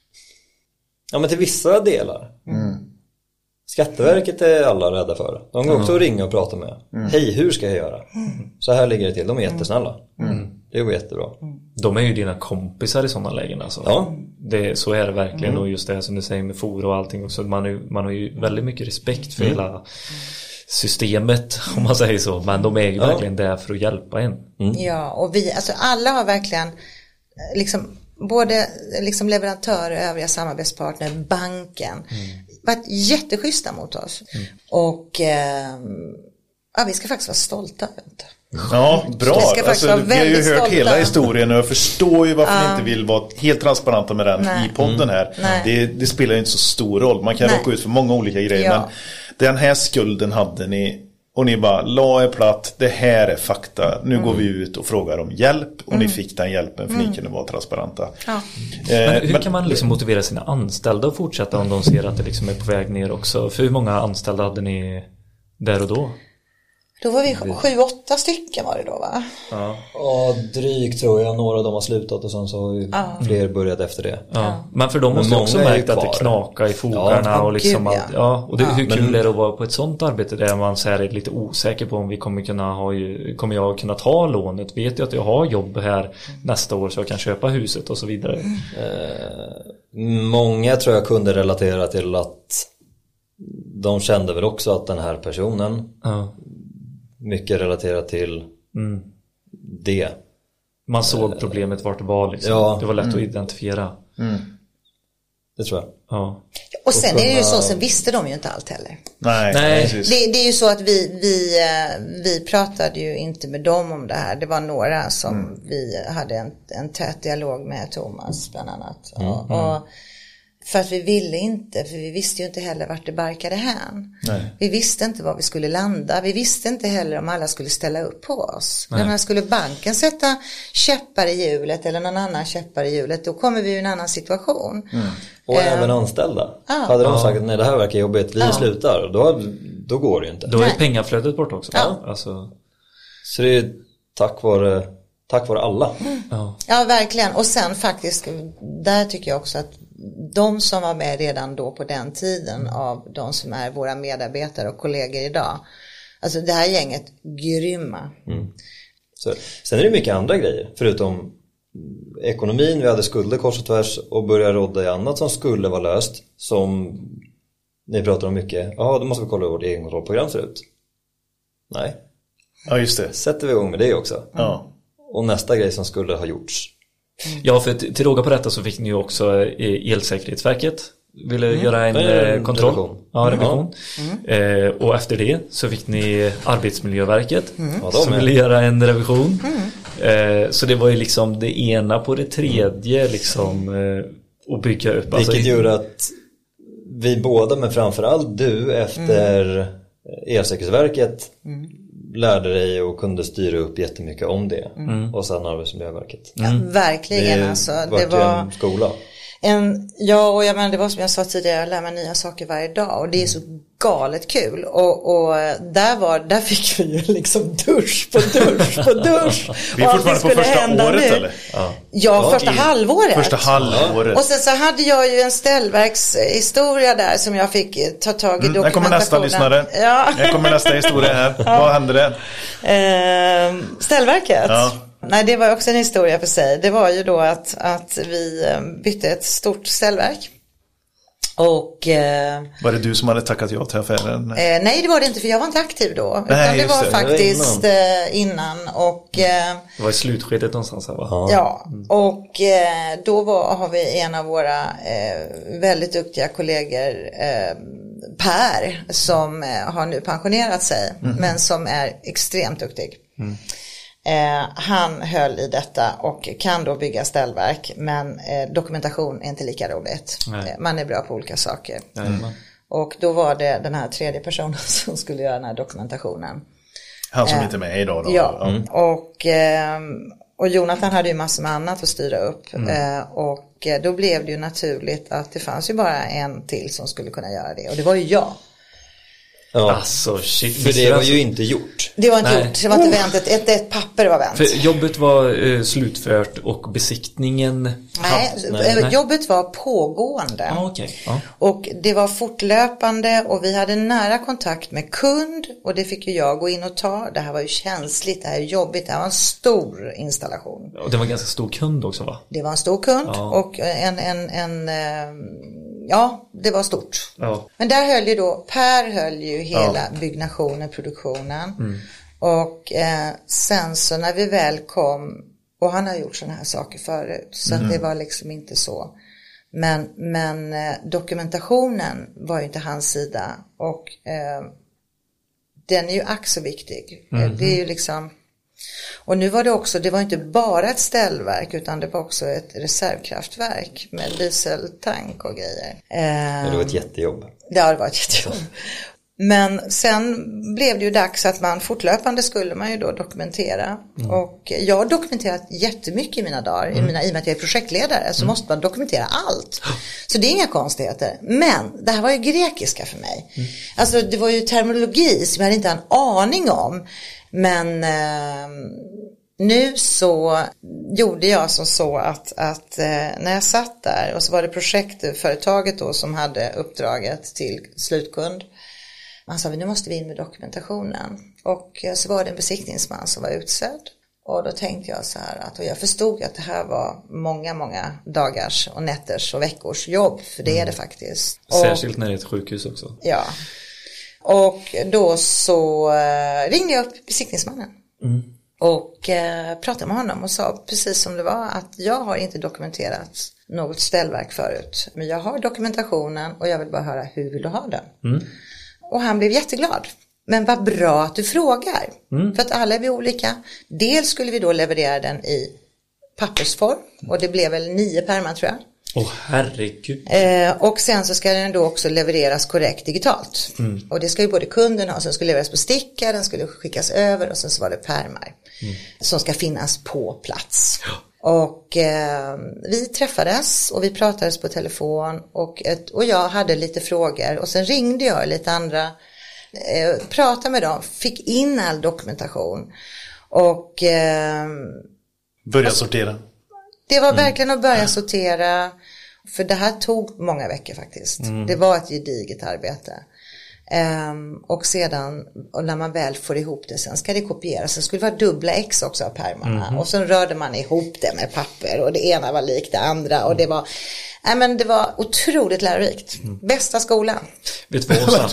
Ja, men till vissa delar. Skatteverket är alla rädda för. De går också att ringa och prata med. Hej, hur ska jag göra? Så här ligger det till. De är jättesnälla. Det går jättebra. De är ju dina kompisar i sådana lägen alltså. Ja. Så är det verkligen. Och just det som du säger med fora och allting också. Man har ju väldigt mycket respekt för hela systemet, om man säger så. Men de är ju verkligen där för att hjälpa en. Ja, och vi, alltså alla har verkligen liksom, både liksom leverantörer, övriga samarbetspartner, banken, varit jätteschyssta mot oss. Och vi ska faktiskt vara stolta. Ja, bra. Alltså, vi har ju hört hela historien, och jag förstår ju varför ni inte vill vara helt transparenta med den i podden här. Det spelar ju inte så stor roll. Man kan råka ut för många olika grejer, men den här skulden hade ni, och ni bara la er platt, det här är fakta, nu går vi ut och frågar om hjälp, och ni fick den hjälpen för ni kunde vara transparenta. Men hur kan man liksom motivera sina anställda att fortsätta om de ser att det liksom är på väg ner också? För hur många anställda hade ni där och då? Då var vi 7-8 stycken var det då, va? Ja, drygt tror jag. Några av dem har slutat, och sen så har ju fler börjat efter det. Men för de måste också märkt att det knakar i fogarna och liksom gud, och det, hur kul är det att vara på ett sånt arbete där man så här är lite osäker på om vi kommer jag kunna ta lånet? Vet jag att jag har jobb här nästa år så jag kan köpa huset och så vidare? Många tror jag kunde relatera till att de kände väl också att den här personen mycket relaterat till det. Man såg problemet vart det var liksom. Det var lätt att identifiera. Det tror jag. Ja. Och sen är det ju så, sen visste de ju inte allt heller. Nej. Det är ju så att vi pratade ju inte med dem om det här. Det var några som vi hade en tät dialog med, Thomas bland annat. Och för att vi ville inte, för vi visste ju inte heller vart det barkade hän. Vi visste inte var vi skulle landa. Vi visste inte heller om alla skulle ställa upp på oss. När skulle banken sätta käppar i hjulet eller någon annan käppar i hjulet, då kommer vi i en annan situation. Och även anställda. Hade de sagt att nej, det här verkar jobbigt, vi slutar, då går det ju inte. Då är pengaflödet bort också. Alltså. Så det är tack vare alla. Ja, verkligen. Och sen faktiskt, där tycker jag också att de som var med redan då på den tiden, av de som är våra medarbetare och kollegor idag, alltså det här gänget grymma. Så, sen är det mycket andra grejer förutom ekonomin. Vi hade skulder kors och tvärs och började råda i annat som skulle vara löst, som ni pratar om mycket. Då måste vi kolla hur vårt egen kontrollprogram ser ut. Nej. Ja, just det. Sätter vi igång med det också. Och nästa grej som skulle ha gjorts. Ja, för till råga på detta så fick ni ju också Elsäkerhetsverket ville göra en kontroll. Revision. Och efter det så fick ni Arbetsmiljöverket som ville göra en revision. Så det var ju liksom det ena på det tredje liksom att bygga upp. Vilket gjorde att vi båda, men framförallt du efter Elsäkerhetsverket lärde dig och kunde styra upp jättemycket om det. Och sen Arbetsmiljöverket. Ja, verkligen. Det var en skola. Och jag menar, det var som jag sa tidigare, jag lär mig nya saker varje dag, och det är så galet kul, och där fick vi ju liksom dusch på dusch. Vi är fortfarande på första året nu. Eller? Första halvåret. Och sen så hade jag ju en ställverkshistoria där som jag fick ta tag i dokumentationen. Här kommer nästa lyssnare. Här kommer nästa historia här. Vad hände det? Ställverket. Nej, det var också en historia för sig. Det var ju då att vi bytte ett stort ställverk. Och var det du som hade tackat ja till affären? Nej, det var det inte, för jag var inte aktiv då. Utan det var faktiskt innan. Och det var i slutskedet någonstans här, va? Och då har vi en av våra väldigt duktiga kollegor, Per, som har nu pensionerat sig, men som är extremt duktig. Han höll i detta och kan då bygga ställverk, men dokumentation är inte lika roligt. Man är bra på olika saker. Och då var det den här tredje personen som skulle göra den här dokumentationen. Han som inte är med idag då. Ja, och Jonathan hade ju massor med annat att styra upp. Och då blev det ju naturligt att det fanns ju bara en till som skulle kunna göra det. Och det var ju jag. Ja. Alltså shit. För det var ju inte gjort. Det var inte gjort, det var inte vänt, ett papper var vänt. För jobbet var slutfört och besiktningen... Nej, jobbet var pågående. Okay. Och det var fortlöpande och vi hade nära kontakt med kund och det fick ju jag gå in och ta. Det här var ju känsligt, det här är jobbigt, det här var en stor installation. Och det var en ganska stor kund också, va? Det var en stor kund och det var stort. Men där Per höll ju hela byggnationen, produktionen. Och sen så när vi väl kom, och han har gjort sådana här saker förut, så att det var liksom inte så. Men dokumentationen var ju inte hans sida, och den är ju så viktig. Det är ju liksom, och nu var det också, det var inte bara ett ställverk utan det var också ett reservkraftverk med dieseltank och grejer. Det var ett jättejobb. Ja, det var ett jättejobb. Men sen blev det ju dags att man fortlöpande skulle man ju då dokumentera. Och jag har dokumenterat jättemycket i mina dagar. I och med att jag är projektledare så måste man dokumentera allt. Så det är inga konstigheter. Men det här var ju grekiska för mig. Alltså det var ju terminologi som jag hade inte en aning om. Men nu så gjorde jag som så att när jag satt där och så var det projektföretaget då som hade uppdraget till slutkund. Han sa, nu måste vi in med dokumentationen. Och så var det en besiktningsman som var utsedd. Och då tänkte jag så här, och jag förstod att det här var många dagars och nätters och veckors jobb. För det är det faktiskt. Särskilt när det är ett sjukhus också. Ja. Och då så ringde jag upp besiktningsmannen. Och pratade med honom och sa precis som det var att jag har inte dokumenterat något ställverk förut. Men jag har dokumentationen och jag vill bara höra, hur vill du ha den? Och han blev jätteglad. Men vad bra att du frågar. För att alla är vi olika. Dels skulle vi då leverera den i pappersform. Och det blev väl 9 pärmar tror jag. Herregud. Och sen så ska den då också levereras korrekt digitalt. Och det ska ju både kunden ha, så den skulle levereras på sticka, den skulle skickas över och sen så var det pärmar. Som ska finnas på plats. Och vi träffades och vi pratades på telefon och jag hade lite frågor och sen ringde jag lite andra, pratade med dem, fick in all dokumentation och börja sortera. Det var verkligen att börja sortera, för det här tog många veckor faktiskt. Det var ett gediget arbete. Och sedan, och när man väl får ihop det, sen ska det kopieras. Sen skulle det vara dubbla X också av pärmarna. Och sen rörde man ihop det med papper och det ena var likt det andra. Och det var, det var otroligt lärorikt. Bästa skolan. Vet du vad,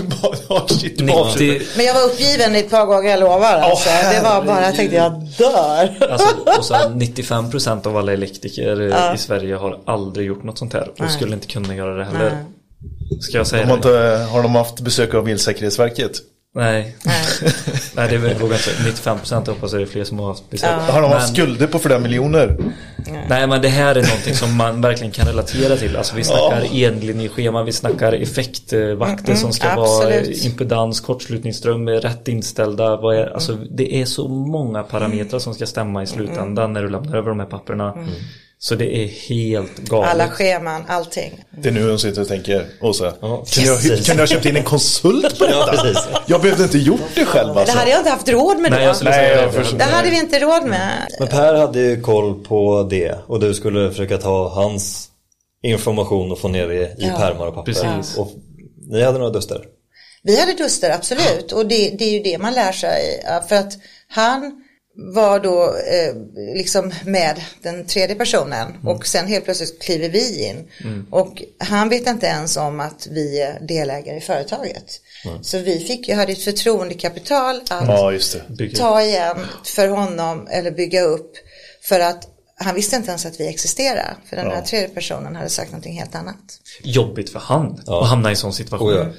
Men jag var uppgiven ett par gånger, jag lovar. Alltså. Det var bara, jag tänkte jag dör. Alltså, och så 95% av alla elektriker i Sverige har aldrig gjort något sånt här. Och skulle inte kunna göra det heller. Ska jag säga har de haft besök av Elsäkerhetsverket? Nej, det vågar inte. 95% hoppas det är fler som har haft besök. Har de haft skulder på flera miljoner? Nej, men det här är någonting som man verkligen kan relatera till. Alltså vi snackar enlinjeschema, vi snackar effektvakter som ska vara impedans, kortslutningsström, rätt inställda. Alltså det är så många parametrar som ska stämma i slutändan när du lämnar över de här papperna. Så det är helt galet. Alla scheman, allting. Det är nu hon sitter och tänker, Åsa, kan jag köpt in en konsult på detta? Jag behövde inte gjort det själv. Alltså. Det hade jag inte haft råd med då. Det hade vi inte råd med. Men Per hade ju koll på det. Och du skulle försöka ta hans information och få ner det i pärmar och papper. Precis. Och ni hade några duster? Vi hade duster, absolut. Och det är ju det man lär sig. För att han var då liksom med den tredje personen och sen helt plötsligt kliver vi in och han vet inte ens om att vi är delägare i företaget. Så vi fick ju, hade ett förtroendekapital att ta igen för honom eller bygga upp, för att han visste inte ens att vi existerar, för den här tredje personen hade sagt någonting helt annat. Jobbigt för han att hamna i en sån situation.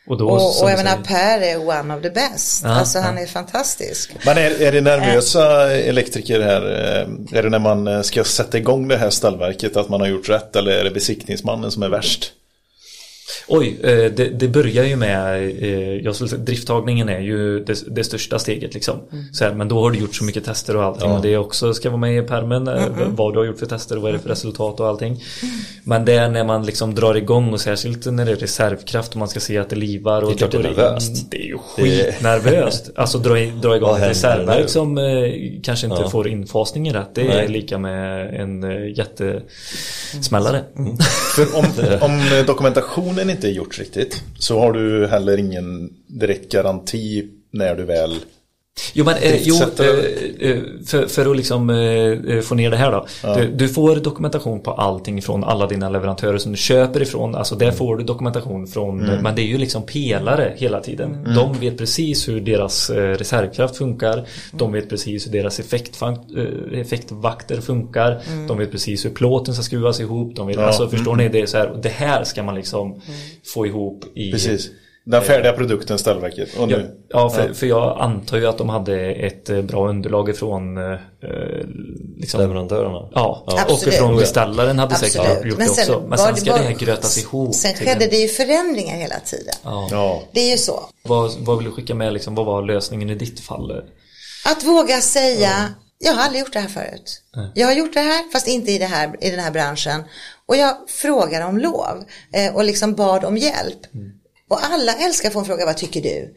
Och jag menar Per är one of the best. Alltså han är fantastisk. Men är det nervösa elektriker här? Är det när man ska sätta igång det här ställverket att man har gjort rätt, eller är det besiktningsmannen som är värst? Oj, det börjar ju med jag skulle säga, drifttagningen är ju det största steget liksom. Så här, men då har du gjort så mycket tester och allting, och det också ska vara med i pärmen, vad du har gjort för tester och vad är det för resultat och allting. Men det är när man liksom drar igång, och särskilt när det är reservkraft och man ska se att det livar, och det är klart det är nervöst. Det är ju skitnervöst. Alltså dra igång ett reservverk som kanske inte får infasningen rätt. Det är lika med en jättesmällare. För om dokumentationen inte är gjort riktigt, så har du heller ingen direkt garanti när du väl... Jo, men för att liksom få ner det här då. Du får dokumentation på allting från alla dina leverantörer som du köper ifrån. Alltså där får du dokumentation från, men det är ju liksom pelare hela tiden. De vet precis hur deras reservkraft funkar. De vet precis hur deras effektvakter funkar. De vet precis hur plåten ska skruvas ihop. De vet, alltså förstår ni, det är så här, det här ska man liksom få ihop i... Precis. Den färdiga produkten, ställverket. Och nu. För jag antar ju att de hade ett bra underlag ifrån liksom, leverantörerna. Och från beställaren hade säkert gjort det också. Men sen ska det här grötas ihop. Sen skedde det ju förändringar hela tiden. Det är ju så. Vad vill du skicka med liksom, vad var lösningen i ditt fall? Att våga säga, jag har aldrig gjort det här förut. Jag har gjort det här, fast inte i den här branschen. Och jag frågar om lov och liksom bad om hjälp. Och alla älskar att få en fråga, vad tycker du?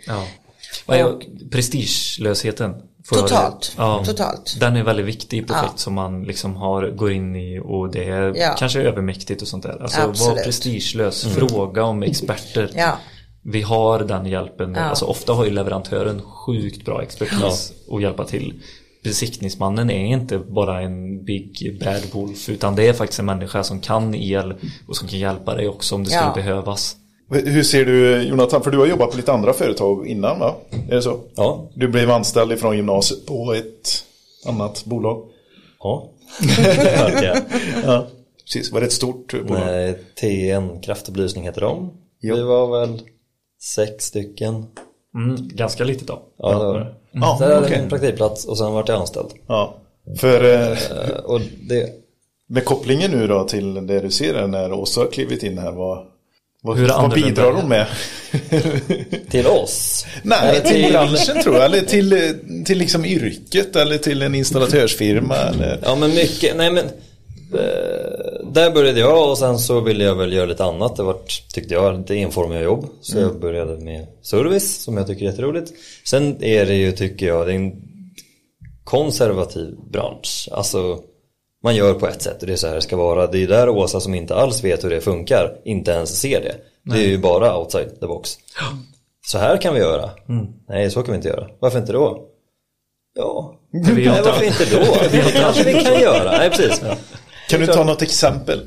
Prestigelösheten. Totalt. Den är väldigt viktig i projekt som man liksom går in i, och det är kanske övermäktigt och sånt där. Alltså var prestigelös, fråga om experter. Vi har den hjälpen. Alltså ofta har ju leverantören sjukt bra expertis att hjälpa till. Besiktningsmannen är inte bara en big bad wolf, utan det är faktiskt en människa som kan el och som kan hjälpa dig också om det skulle behövas. Hur ser du, Jonathan, för du har jobbat på lite andra företag innan, va? Är det så? Ja. Du blev anställd från gymnasiet på ett annat bolag. Ja. Precis, var det ett stort bolag? Nej, TN Kraftupplysning heter de. Jo. Vi var väl 6 stycken. Ganska lite då. Ja, det var det. Så hade jag en praktikplats och sen vart jag anställd. Ja. För och det... med kopplingen nu då till det du ser när Åsa har klivit in här, vad bidrar hon med? Till oss? Nej, till branschen tror jag. Eller till liksom yrket, eller till en installatörsfirma eller... Ja, men mycket. Nej, men där började jag, och sen så ville jag väl göra lite annat. Det tyckte jag, lite enformiga jobb. Så jag började med service, som jag tycker är jätteroligt. Sen är det ju, tycker jag, det är en konservativ bransch. Alltså, man gör på ett sätt och det är så här det ska vara. Det är där Åsa, som inte alls vet hur det funkar, inte ens ser det. Det är ju bara outside the box. Så här kan vi göra. Nej, så kan vi inte göra. Varför inte då? Varför inte då? Det kanske vi kan göra. Nej, precis. Kan du ta något exempel?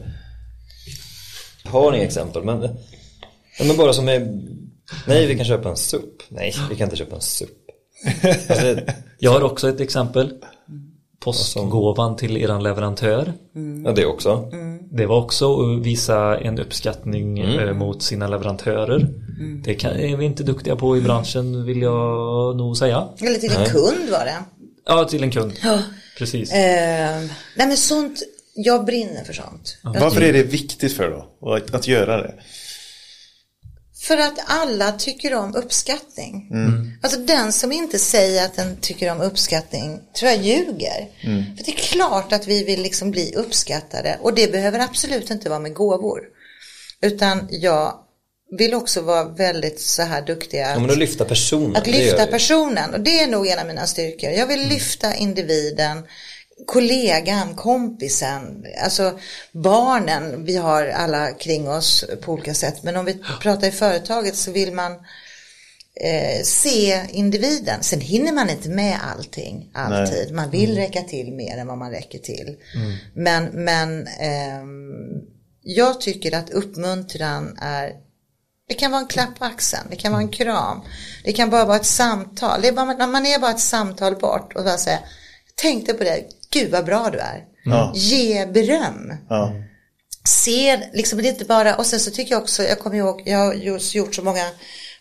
Jag har inga exempel, men bara som är... Nej, vi kan köpa en supp. Nej, vi kan inte köpa en supp. Alltså, jag har också ett exempel. Postgåvan till eran leverantör. Ja, det också. Det var också att visa en uppskattning mot sina leverantörer. Det är vi inte duktiga på i branschen, vill jag nog säga. Eller till en kund var det. Ja, till en kund. Precis. Nej, men sånt, jag brinner för sånt. Varför är det viktigt för då att göra det? För att alla tycker om uppskattning. Alltså den som inte säger att den tycker om uppskattning tror jag ljuger. För det är klart att vi vill liksom bli uppskattade. Och det behöver absolut inte vara med gåvor. Utan jag vill också vara väldigt så här duktiga att lyfta personen. Att lyfta personen. Och det är nog en av mina styrkor. Jag vill lyfta individen, kollegan, kompisen, alltså barnen. Vi har alla kring oss på olika sätt. Men om vi pratar i företaget så vill man se individen. Sen hinner man inte med allting alltid. Nej. Man vill räcka till mer än vad man räcker till. Men jag tycker att uppmuntran är, det kan vara en klapp på axeln, det kan vara en kram, det kan bara vara ett samtal. Det är bara, man är bara ett samtal bort och bara säga, tänkte på det, gud vad bra du är. Ge beröm. Se, liksom det är inte bara, och sen så tycker jag också, jag kommer ihåg, jag har just gjort så många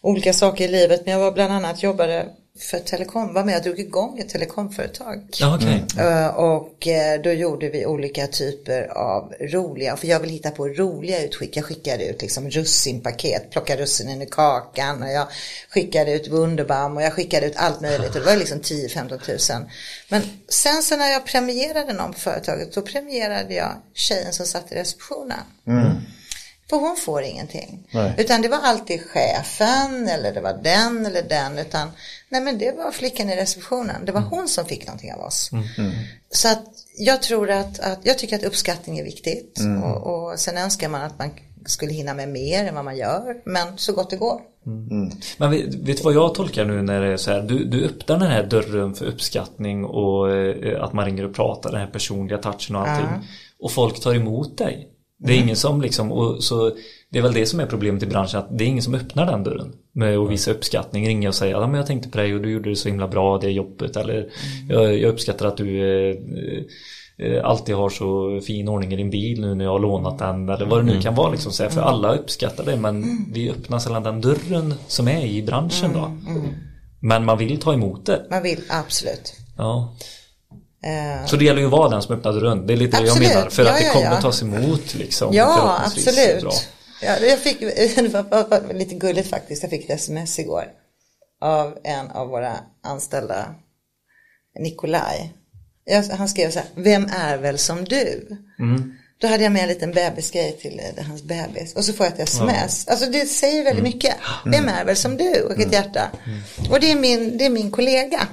olika saker i livet. Men jag var bland annat jobbade för telekom, var med och drog igång ett telekomföretag. Ja, okej. Och då gjorde vi olika typer av roliga, för jag vill hitta på roliga utskick. Jag skickade ut liksom russinpaket, plockade russinen i kakan, och jag skickade ut Wunderbaum och jag skickade ut allt möjligt. Och det var liksom 10-15 tusen. Men sen så när jag premierade någon på företaget, då premierade jag tjejen som satt i receptionen. För hon får ingenting. Nej. Utan det var alltid chefen eller det var den eller den. Utan nej, men det var flickan i receptionen. Det var hon som fick någonting av oss. Så att jag tror att jag tycker att uppskattning är viktigt. Och sen önskar man att man skulle hinna med mer än vad man gör. Men så gott det går. Men vet du vad jag tolkar nu när det är så här, du öppnar den här dörren för uppskattning och att man ringer och pratar, den här personliga touchen och allting. Och folk tar emot dig. Det är ingen som liksom, och så det är väl det som är problemet i branschen, att det är ingen som öppnar den dörren med att visa uppskattning, ringa och säga, ja men jag tänkte på dig och du gjorde det så himla bra, det är jobbet, eller jag uppskattar att du alltid har så fin ordning i din bil nu när jag har lånat den, eller vad det nu kan vara liksom, så här, för alla uppskattar det, men vi öppnar sällan den dörren som är i branschen då. Men man vill ta emot det. Man vill, absolut. Ja. Så det gäller ju att vara den som öppnar dörren. Det är lite absolut. Det jag menar. För att det kommer att tas emot liksom. Ja, absolut. Ja, jag fick, det var lite gulligt faktiskt. Jag fick ett sms igår av en av våra anställda, Nikolaj. Han skrev så här: vem är väl som du? Då hade jag med en liten bebisgrej till hans bebis. Och så får jag ett sms. Alltså det säger väldigt mycket. Vem är väl som du? Och ett hjärta. Och det är min kollega.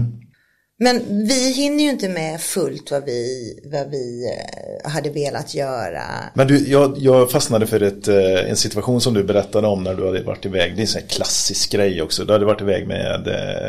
Men vi hinner ju inte med fullt vad vi hade velat göra. Men du, jag fastnade för en situation som du berättade om när du hade varit iväg. Det är en sån här klassisk grej också. Du hade varit iväg med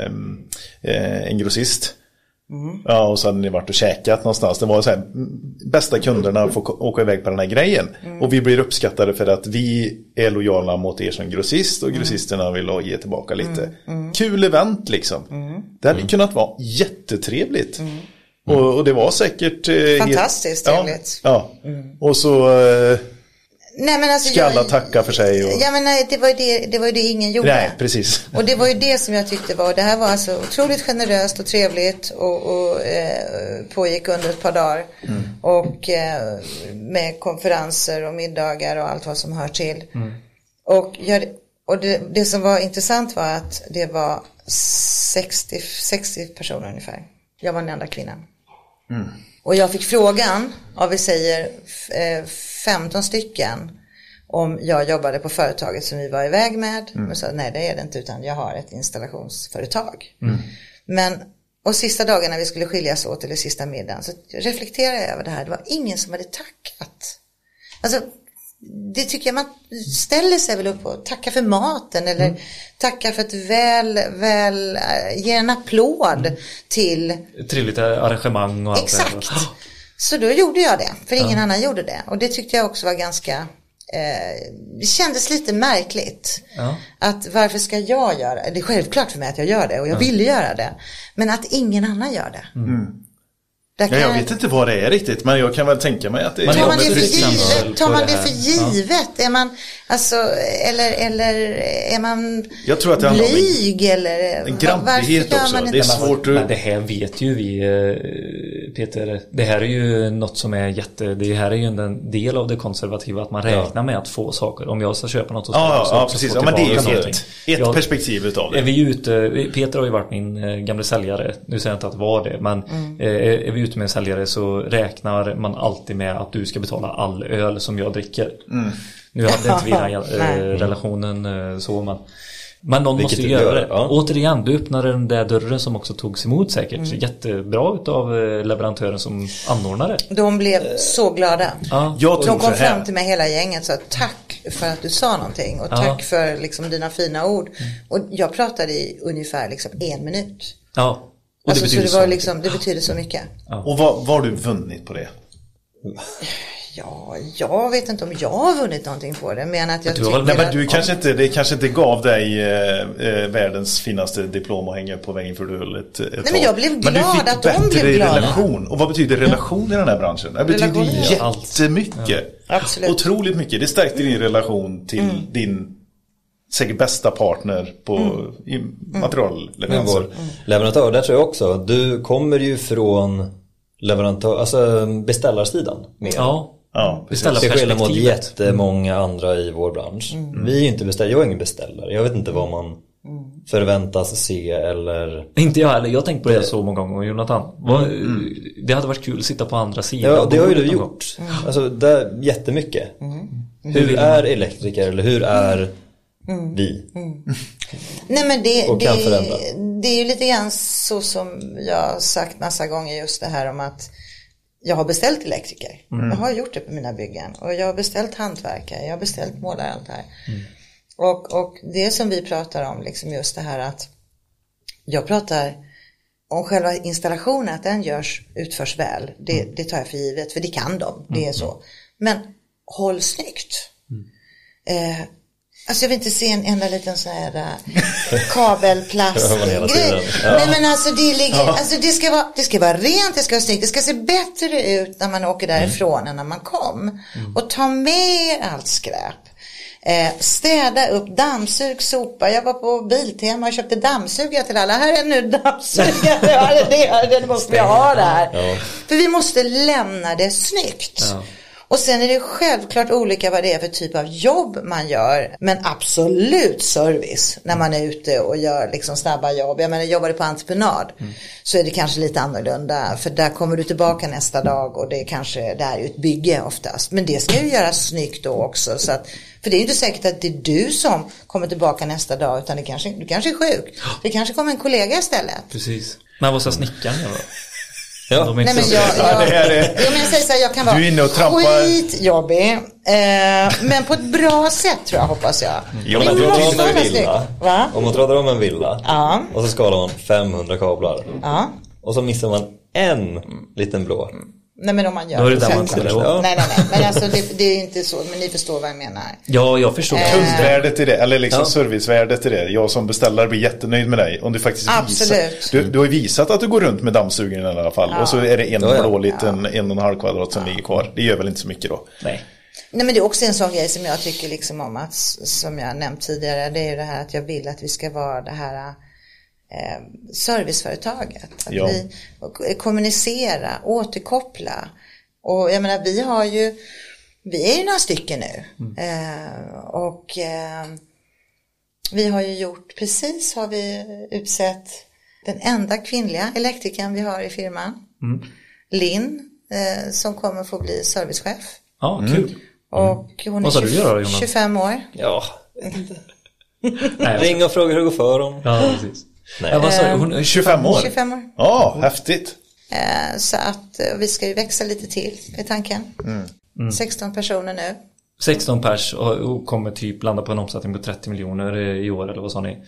en grossist. Ja, och så hade ni varit och käkat någonstans. Det var så här, bästa kunderna får åka iväg på den här grejen. Och vi blir uppskattade för att vi är lojala mot er som grossist. Och grossisterna vill ge tillbaka lite. Kul event liksom. Det hade kunnat vara jättetrevligt. Och det var säkert fantastiskt trevligt. Ja. Och så nej, men alltså, ska alla tacka för sig. Ja, men nej, det var ju det ingen gjorde. Nej, precis. Och det var ju det som jag tyckte var, det här var alltså otroligt generöst och trevligt och pågick under ett par dagar. Och med konferenser och middagar och allt vad som hör till. Och det som var intressant var att det var 60 personer ungefär. Jag var den enda kvinnan. Och jag fick frågan av, vi säger 15 stycken, om jag jobbade på företaget som vi var iväg med. Och så, nej, det är det inte, utan jag har ett installationsföretag. Och sista dagen när vi skulle skiljas åt, eller sista middagen, så reflekterade jag över det här. Det var ingen som hade tackat. Alltså, det tycker jag man ställer sig väl upp och tackar för maten eller tackar för ett väl ger en applåd till trevligt arrangemang och allt. Exakt. Så då gjorde jag det, för ingen annan gjorde det, och det tyckte jag också var ganska det kändes lite märkligt. Att varför ska jag göra det? Det är självklart för mig att jag gör det och jag vill göra det, men att ingen annan gör det. Jag vet inte vad det är riktigt, men jag kan väl tänka mig att det är... Tar man det för givet? Är man, alltså, eller är man jag tror att det blyg? Eller en grantighet också. Det är svårt att... Men det här vet ju vi, Peter. Det här är ju något som är det här är ju en del av det konservativa, att man räknar med att få saker. Om jag ska köpa något och precis. Men det är ju ett perspektiv utav det. Är vi ute, Peter har ju varit min gamla säljare. Nu säger jag inte att det var det, men är vi ute med en säljare så räknar man alltid med att du ska betala all öl som jag dricker. Nu hade inte vi den relationen så, men någon måste ju göra det. Återigen, du öppnade den där dörren som också togs emot säkert. Jättebra utav leverantören som anordnade. De blev så glada. De kom fram till mig hela gänget och sa tack för att du sa någonting. Och tack för liksom dina fina ord. Och jag pratade i ungefär liksom 1 minut. Ja. Och alltså, så det var liksom, det betyder så mycket. Och vad har du vunnit på det? Ja, jag vet inte om jag har vunnit någonting på det, men att jag tycker det kanske inte gav dig världens finaste diplom att hänga på väggen för du höll ett nej, men jag blev glad att de blev glada. Relation. Och vad betyder relation i den här branschen? Det betyder jättemycket. Absolut. Otroligt mycket. Det stärkte din relation till din säkert bästa partner på materialleveranser. Vår leverantör, där tror jag också. Du kommer ju från leverantör, alltså beställarsidan. Mer. Ja, till skillnad mot jättemånga andra i vår bransch. Vi är ju inte beställare, jag är ingen beställare. Jag vet inte vad man förväntas se eller... Inte jag heller, jag har tänkt på det så många gånger, Jonathan. Det hade varit kul att sitta på andra sidan. Ja, det har ju du gjort. Alltså, det är jättemycket. Hur är elektriker eller hur är vi? Nej, men och kan förändra. det är ju lite grann så som jag har sagt massa gånger, just det här om att jag har beställt elektriker. Jag har gjort det på mina byggen. Och jag har beställt hantverkare. Jag har beställt målare, allt det här. Och det som vi pratar om, liksom just det här att jag pratar om själva installationen, att den utförs väl. Det tar jag för givet, för det kan de. Det är så. Men håll snyggt. Alltså jag vill inte se en enda liten sån här kabelplastgrej. Nej, men alltså alltså det ska vara rent, det ska vara snyggt. Det ska se bättre ut när man åker därifrån än när man kom. Och ta med allt skräp. Städa upp, dammsug, sopa. Jag var på Biltema och köpte dammsugare till alla. Här är nu dammsugare. Det måste vi ha där. För vi måste lämna det snyggt. Och sen är det självklart olika vad det är för typ av jobb man gör. Men absolut service när man är ute och gör liksom snabba jobb. Jag menar, jobbar du på entreprenad så är det kanske lite annorlunda. För där kommer du tillbaka nästa dag och det är ju ett bygge oftast. Men det ska ju göras snyggt då också. Så att, för det är ju inte säkert att det är du som kommer tillbaka nästa dag, utan du kanske är sjuk. Det kanske kommer en kollega istället. Precis. Men vad sa snickaren då? Ja. De är Nej, men jag säger så här, jag kan vara skitjobbig, men på ett bra sätt tror jag, hoppas jag. Om man pratar om en villa och så skalar man 500 kablar och så missar man en liten blå. Nej, men om man gör då är det där man kommer. Nej, men alltså det är inte så, men ni förstår vad jag menar. Ja, jag förstår. Kundvärdet i det, eller liksom servicevärdet i det. Jag som beställare blir jättenöjd med dig. Om du faktiskt visar. Du har ju visat att du går runt med dammsugaren i alla fall. Och så är det en blå liten 1,5 kvadrat som ligger kvar. Det gör väl inte så mycket då? Nej, men det är också en sån grej som jag tycker liksom om att, som jag nämnt tidigare, det är ju det här att jag vill att vi ska vara det här serviceföretaget. Att vi kommunicera, återkoppla. Och jag menar, vi är ju några stycken nu. Vi har ju har vi utsett den enda kvinnliga elektrikern vi har i firman. Linn, som kommer få bli servicechef. Ja, kul. Och hon är 25 år. Ja, ring och fråga hur det går för dem. Ja, precis. Nej. Vad sa du? Hon är 25 år? 25 år. Ja, häftigt. Så att vi ska ju växa lite till i tanken. 16 personer nu. 16 pers och kommer typ landa på en omsättning på 30 miljoner i år, eller vad sa ni?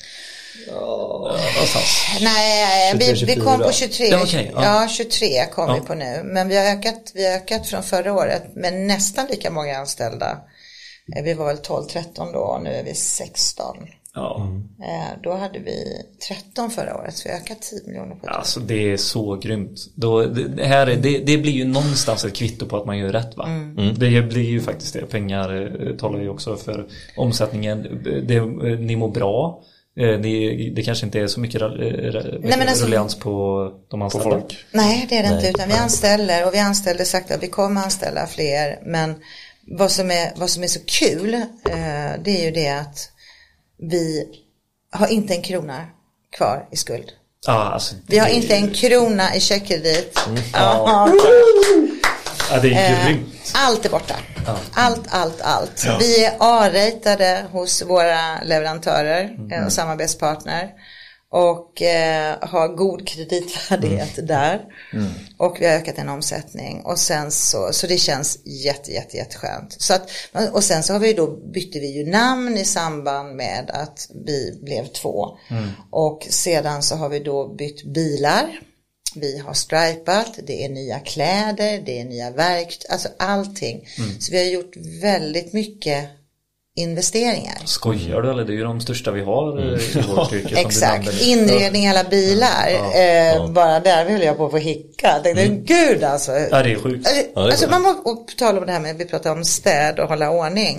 Nej, vi kom på 23. Ja, okay, ja 23 kom vi på nu. Men vi har ökat från förra året med nästan lika många anställda. Vi var väl 12-13 då, och nu är vi 16. Ja. Då hade vi 13 förra året, så vi ökat 10 miljoner på det. Alltså det är så grymt. Det blir ju någonstans ett kvitto på att man gör rätt, va? Det blir ju faktiskt det. Pengar talar ju också för omsättningen. Ni mår bra. Det kanske inte är så mycket ruljans på de anställda. På folk. Nej, det är det inte, utan vi anställer sagt att vi kommer anställa fler. Men vad som är så kul, det är ju det att vi har inte en krona kvar i skuld. Vi har inte en krona i checkkredit. Ja, det är grymt. Allt är borta. Allt. Vi är A-ratade hos våra leverantörer och samarbetspartner. Och har god kreditvärdighet där. Och vi har ökat en omsättning. Och sen så det känns jätteskönt. Så att, och sen så bytte vi ju namn i samband med att vi blev 2. Och sedan så har vi då bytt bilar. Vi har stripat, det är nya kläder, det är nya verktyg, alltså allting. Så vi har gjort väldigt mycket investeringar. Skojar du, eller? Det är ju de största vi har i vårt yrke. Exakt, inredning alla bilar. Bara där vill jag på att få hicka. Gud alltså. Ja, det är sjukt. Alltså man må tala om det här med, vi pratar om städ och hålla ordning.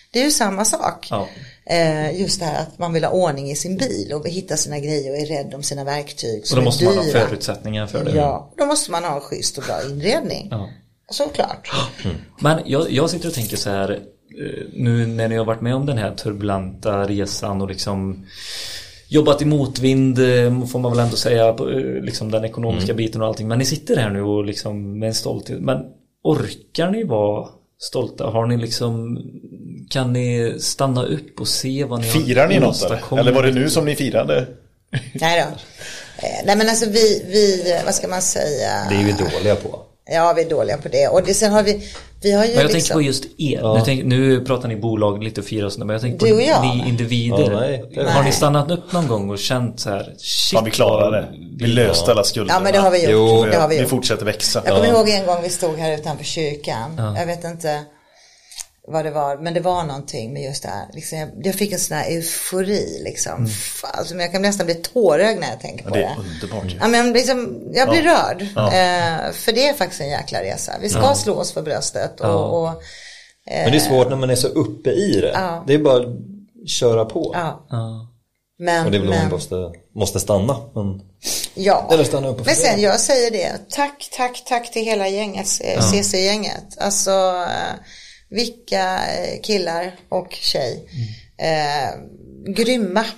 Det är ju samma sak. Ja. Just det här att man vill ha ordning i sin bil och hitta sina grejer och är rädd om sina verktyg. Och då måste man ha förutsättningar för det. Ja, då måste man ha en schysst och bra inredning. Ja. Såklart. Men jag sitter och tänker så här, nu när ni har varit med om den här turbulenta resan och liksom jobbat i motvind, får man väl ändå säga, liksom den ekonomiska biten och allting. Men ni sitter här nu och liksom med en stolthet. Men orkar ni vara stolta? Har ni liksom, kan ni stanna upp och se vad ni Firar ni något eller var det nu som ni firade? Nej då. Nej men alltså vi vad ska man säga? Det är vi dåliga på. Ja, vi är dåliga på det. Och det, sen har vi har ju men jag liksom... tänker på just er. Ja. Nu pratar ni bolag lite och firar och sådär, men jag tänker på ni individer. Ja, har ni stannat upp någon gång och känt så här, shit, ja, vi klarar det. Vi löste alla skulder. Ja, men det har vi gjort. Jo, det har vi gjort. Vi fortsätter växa. Jag kommer ihåg en gång vi stod här utanför kyrkan. Ja. Jag vet inte vad det var, men det var någonting med just det här. Liksom, jag fick en sån här eufori liksom. Alltså, jag kan nästan bli tårögd när jag tänker på det. Det är underbart. Ja, men liksom, jag blir rörd. Ja. För det är faktiskt en jäkla resa. Vi ska slå oss för bröstet. Och men det är svårt när man är så uppe i det. Ja. Det är bara att köra på. Ja. Men, och det är väl man måste stanna. Eller stanna upp. Men sen jag säger det. Tack till hela gänget. CC-gänget. Alltså... vilka killar och tjej grymma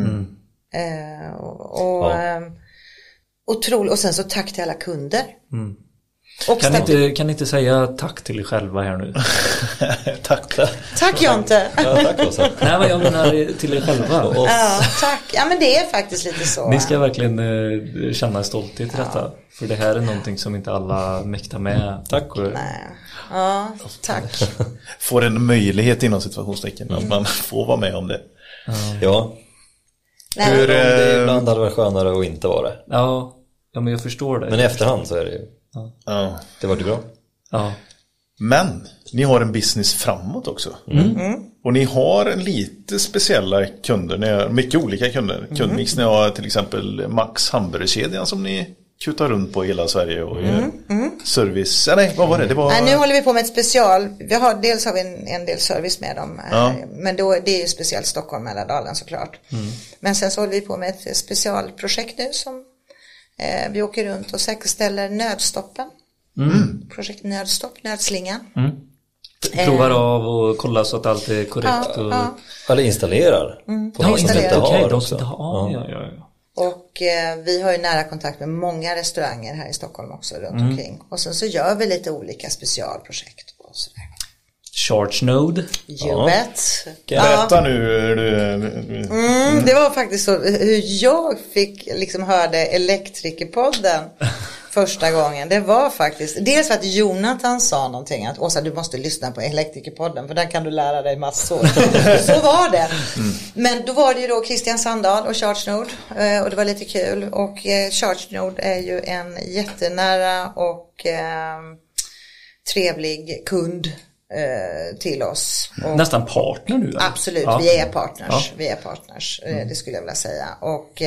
otroligt. Och sen så tack till alla kunder. Och kan ni inte säga tack till er själva här nu? Tack Jonte. Tack också. Nej, men jag menar till er själva. Ja, tack. Ja, men det är faktiskt lite så. Ni ska verkligen känna stolthet i detta. För det här är någonting som inte alla mäktar med. Tack. Nej. Ja, tack. Får en möjlighet inom situationstecken att man får vara med om det. Ja. Hur, det ibland hade varit skönare att inte vara det. Ja, men jag förstår det. Men i efterhand så är det ju. Ja. Det var ju bra. Ja. Men ni har en business framåt också. Och ni har en lite speciella kunder. Ni har mycket olika kunder. Kundmix, ni har till exempel Max hamburgerkedjan som ni kutar runt på hela Sverige och gör service. Nej, vad var det? Nej, nu håller vi på med ett special. Dels har vi en del service med dem. Men då, det är ju speciellt Stockholm, Mälardalen såklart. Men sen så håller vi på med ett specialprojekt nu som vi åker runt och säkerställer nödstoppen. Projekt Nödstopp, nödslingan. Provar av och kollar så att allt är korrekt. Eller installerar. Installerar. Och vi har ju nära kontakt med många restauranger här i Stockholm också runt omkring. Och sen så gör vi lite olika specialprojekt och sådär. ChargeNode. Berätta nu. Det var faktiskt så hur jag fick liksom hörde Elektrikerpodden första gången. Det var faktiskt dels för att Jonathan sa någonting att Åsa, du måste lyssna på Elektrikerpodden för där kan du lära dig massor. Så var det. Men då var det ju då Christian Sandahl och ChargeNode och det var lite kul. Och ChargeNode är ju en jättenära och trevlig kund till oss. Och nästan partner nu. Eller? Absolut, vi är partners. Vi är partners, det skulle jag vilja säga. Och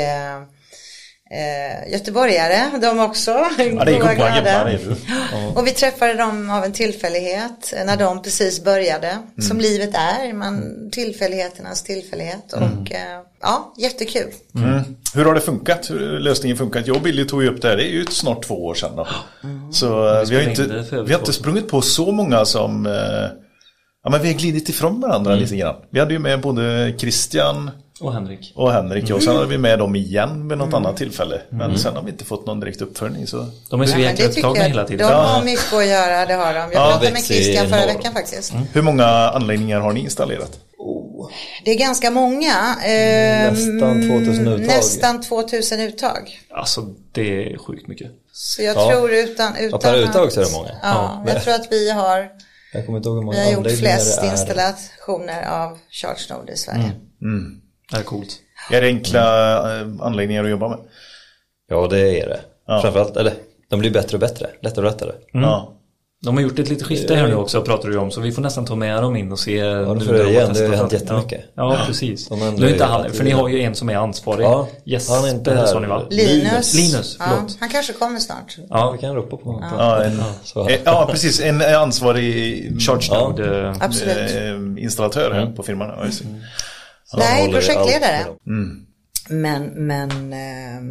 göteborgare, de också. Ja, det är goda gubbar. Och vi träffade dem av en tillfällighet när de precis började. Som livet är, tillfälligheternas tillfällighet. Och jättekul. Hur har det funkat? Hur har lösningen funkat? Jag och Billy tog ju upp det här, det är ju snart 2 år sedan då. Så vi har inte sprungit på så många som men vi har glidit ifrån varandra lite grann. Vi hade ju med både Christian och Henrik. Och sen hade vi med dem igen vid något annat tillfälle. Men sen har vi inte fått någon direkt uppföljning. Så. De är så jäkla upptagna hela tiden. De har mycket att göra, det har de. Jag pratade med Christian förra veckan faktiskt. Hur många anläggningar har ni installerat? Det är ganska många. Nästan 2000 uttag. Nästan 2000 uttag. Alltså det är sjukt mycket. Så jag tror utan per uttag så är det många. Jag tror att vi har gjort flest installationer av ChargeNode i Sverige. Det är coolt. Är det enkla anläggningar att jobba med? Ja, det är det. Framförallt, eller de blir bättre och bättre, lättare och lättare. De har gjort ett litet skifte här nu också, pratar du om, så vi får nästan ta med dem in och se. Ja, nu det igen, det har hänt jättemycket. Ja, precis. Nu är inte han, för ni har ju en som är ansvarig. Ja, yes, han är inte här. Så ni va? Ja, Linus, förlåt. han kanske kommer snart. Ja, vi kan ropa på honom. Ja, precis. En ansvarig Charge-node installatör här på firman. Ja, Nej, projektledare. Men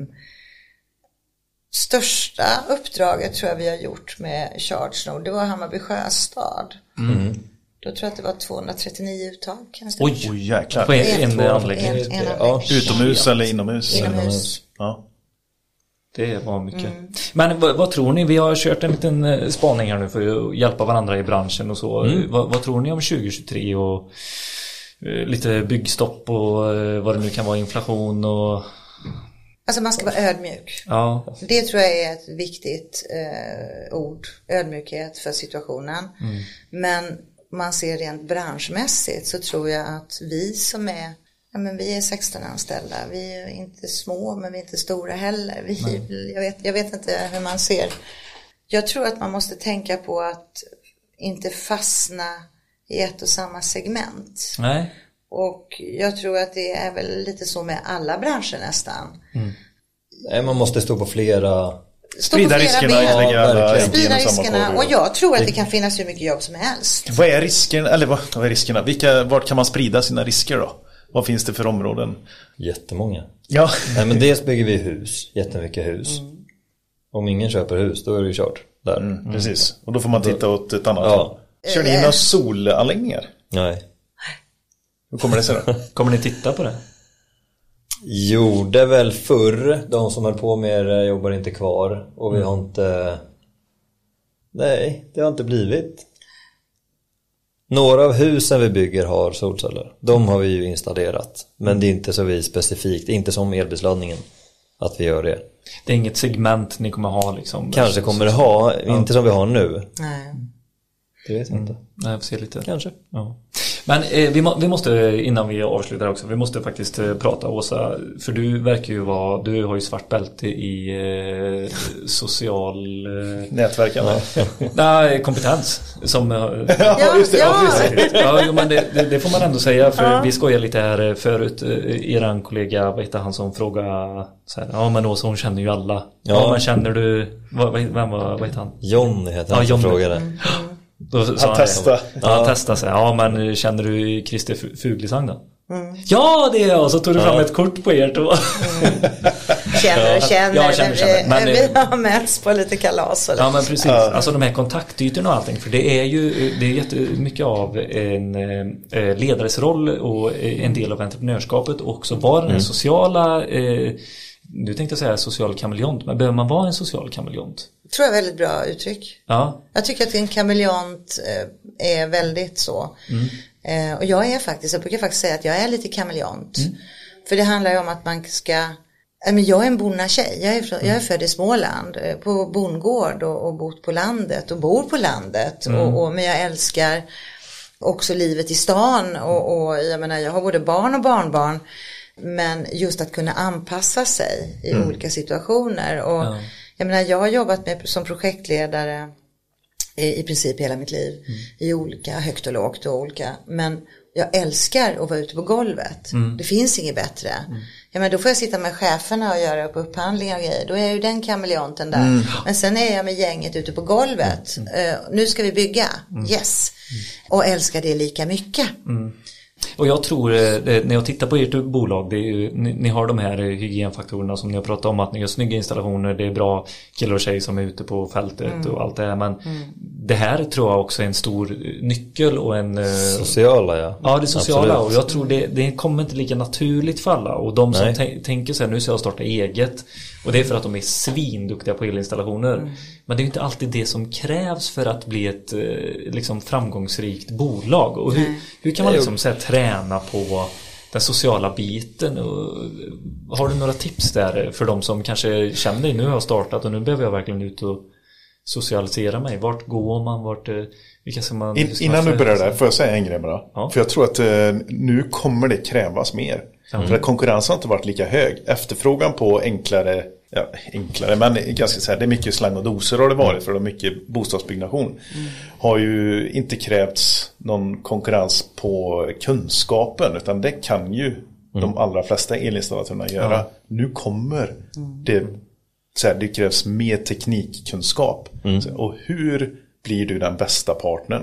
största uppdraget tror jag vi har gjort med ChargeNode, det var Hammarby Sjöstad. Då tror jag att det var 239 uttag. Oj, jäklar. På en anläggning. Ja, utomhus eller inomhus? Inomhus. Ja. Det var mycket. Men vad tror ni? Vi har kört en liten spaning här nu för att hjälpa varandra i branschen och så. Vad tror ni om 2023 och lite byggstopp och vad det nu kan vara, inflation och... Alltså man ska vara ödmjuk. Ja. Det tror jag är ett viktigt ord. Ödmjukhet för situationen. Men man ser rent branschmässigt så tror jag att vi som är, vi är 16 anställda. Vi är inte små men vi är inte stora heller. Jag vet inte hur man ser. Jag tror att man måste tänka på att inte fastna i ett och samma segment. Nej. Och jag tror att det är väl lite så med alla branscher nästan. Nej, man måste stå på flera... Sprida riskerna. Sprida riskerna. Och jag tror att det kan finnas hur mycket jobb som helst. Vad är riskerna? Eller vad är riskerna? Vart kan man sprida sina risker då? Vad finns det för områden? Jättemånga. Ja. Nej, men dels bygger vi hus. Jättemycket hus. Om ingen köper hus, då är det ju kört. Där. Precis. Och då får man titta åt ett annat. Ja. Kör ni in några solanläggningar? Nej. Hur kommer det sig då? Kommer ni titta på det? Gjorde väl förr. De som höll på med det jobbar inte kvar. Och vi har inte... Nej, det har inte blivit. Några av husen vi bygger har solceller. De har vi ju installerat. Men det är inte så vi specifikt. Inte som elbilsladdningen. Att vi gör det. Det är inget segment ni kommer ha liksom. Kanske kommer det ha. Inte som vi har nu. Nej. Det vet jag inte. Nej, jag får se lite. Kanske. Ja. Men vi måste, innan vi avslutar också, vi måste faktiskt prata, Åsa, för du verkar ju vara, du har ju svart bälte i social... Nätverkan. Nej, kompetens. Som, ja, just det. Ja, men det får man ändå säga, för vi skojar lite här förut, eran kollega, vad heter han som frågar så här, ja men Åsa, hon känner ju alla. Ja, men känner du, vad heter han? Johnny heter han som frågade. Han testa. Han testa sig. Ja, men känner du Christer Fuglesang då? Ja, det är jag. Och så tog du fram ett kort på er då. Känner. Jag känner. Men, vi har mätts på lite kalas. Ja, men precis. Alltså de här kontaktytorna och allting. För det är jättemycket av en ledares roll och en del av entreprenörskapet. Och också vara den sociala... Nu tänkte jag säga social kameleont. Men behöver man vara en social kameleont? Tror jag är väldigt bra uttryck. Ja. Jag tycker att en kameleont är väldigt så. Och jag brukar faktiskt säga att jag är lite kameleont. För det handlar ju om att man ska... Men jag är en bonnatjej. Jag är född i Småland på bondgård och bott på landet och bor på landet. Men jag älskar också livet i stan. Och jag menar, jag har både barn och barnbarn. Men just att kunna anpassa sig i olika situationer. Och jag menar, jag har jobbat som projektledare i princip hela mitt liv. I olika, högt och lågt och olika. Men jag älskar att vara ute på golvet. Det finns inget bättre. Ja, men då får jag sitta med cheferna och göra upp upphandlingar och grejer. Då är jag ju den kameleonten där. Men sen är jag med gänget ute på golvet. Nu ska vi bygga. Yes. Och älskar det lika mycket. Och jag tror, när jag tittar på ert bolag, det är ju, ni har de här hygienfaktorerna som ni har pratat om, att ni gör snygga installationer, det är bra killar och tjejer som är ute på fältet och allt det här, men det här tror jag också är en stor nyckel och en... Sociala, ja. Ja, det sociala. Absolut. Och jag tror det kommer inte lika naturligt för alla. Och de som tänker så här, nu ska jag starta eget, och det är för att de är svinduktiga på elinstallationer. Men det är inte alltid det som krävs för att bli ett liksom framgångsrikt bolag. Och hur kan man liksom så här, träna på den sociala biten? Och har du några tips där för de som kanske känner, nu har jag startat och nu behöver jag verkligen ut och socialisera mig? Vart går man? Vilka ska man... Innan du börjar där får jag säga en grej bara. Ja. För jag tror att nu kommer det krävas mer. För att konkurrensen har inte varit lika hög. Efterfrågan på enklare men ganska så här, det är mycket slang och doser har det varit för det är mycket bostadsbyggnation. Har ju inte krävts någon konkurrens på kunskapen, utan det kan ju de allra flesta elinstallatörerna göra. Nu kommer det så här, det krävs mer teknikkunskap. Och hur blir du den bästa partnern?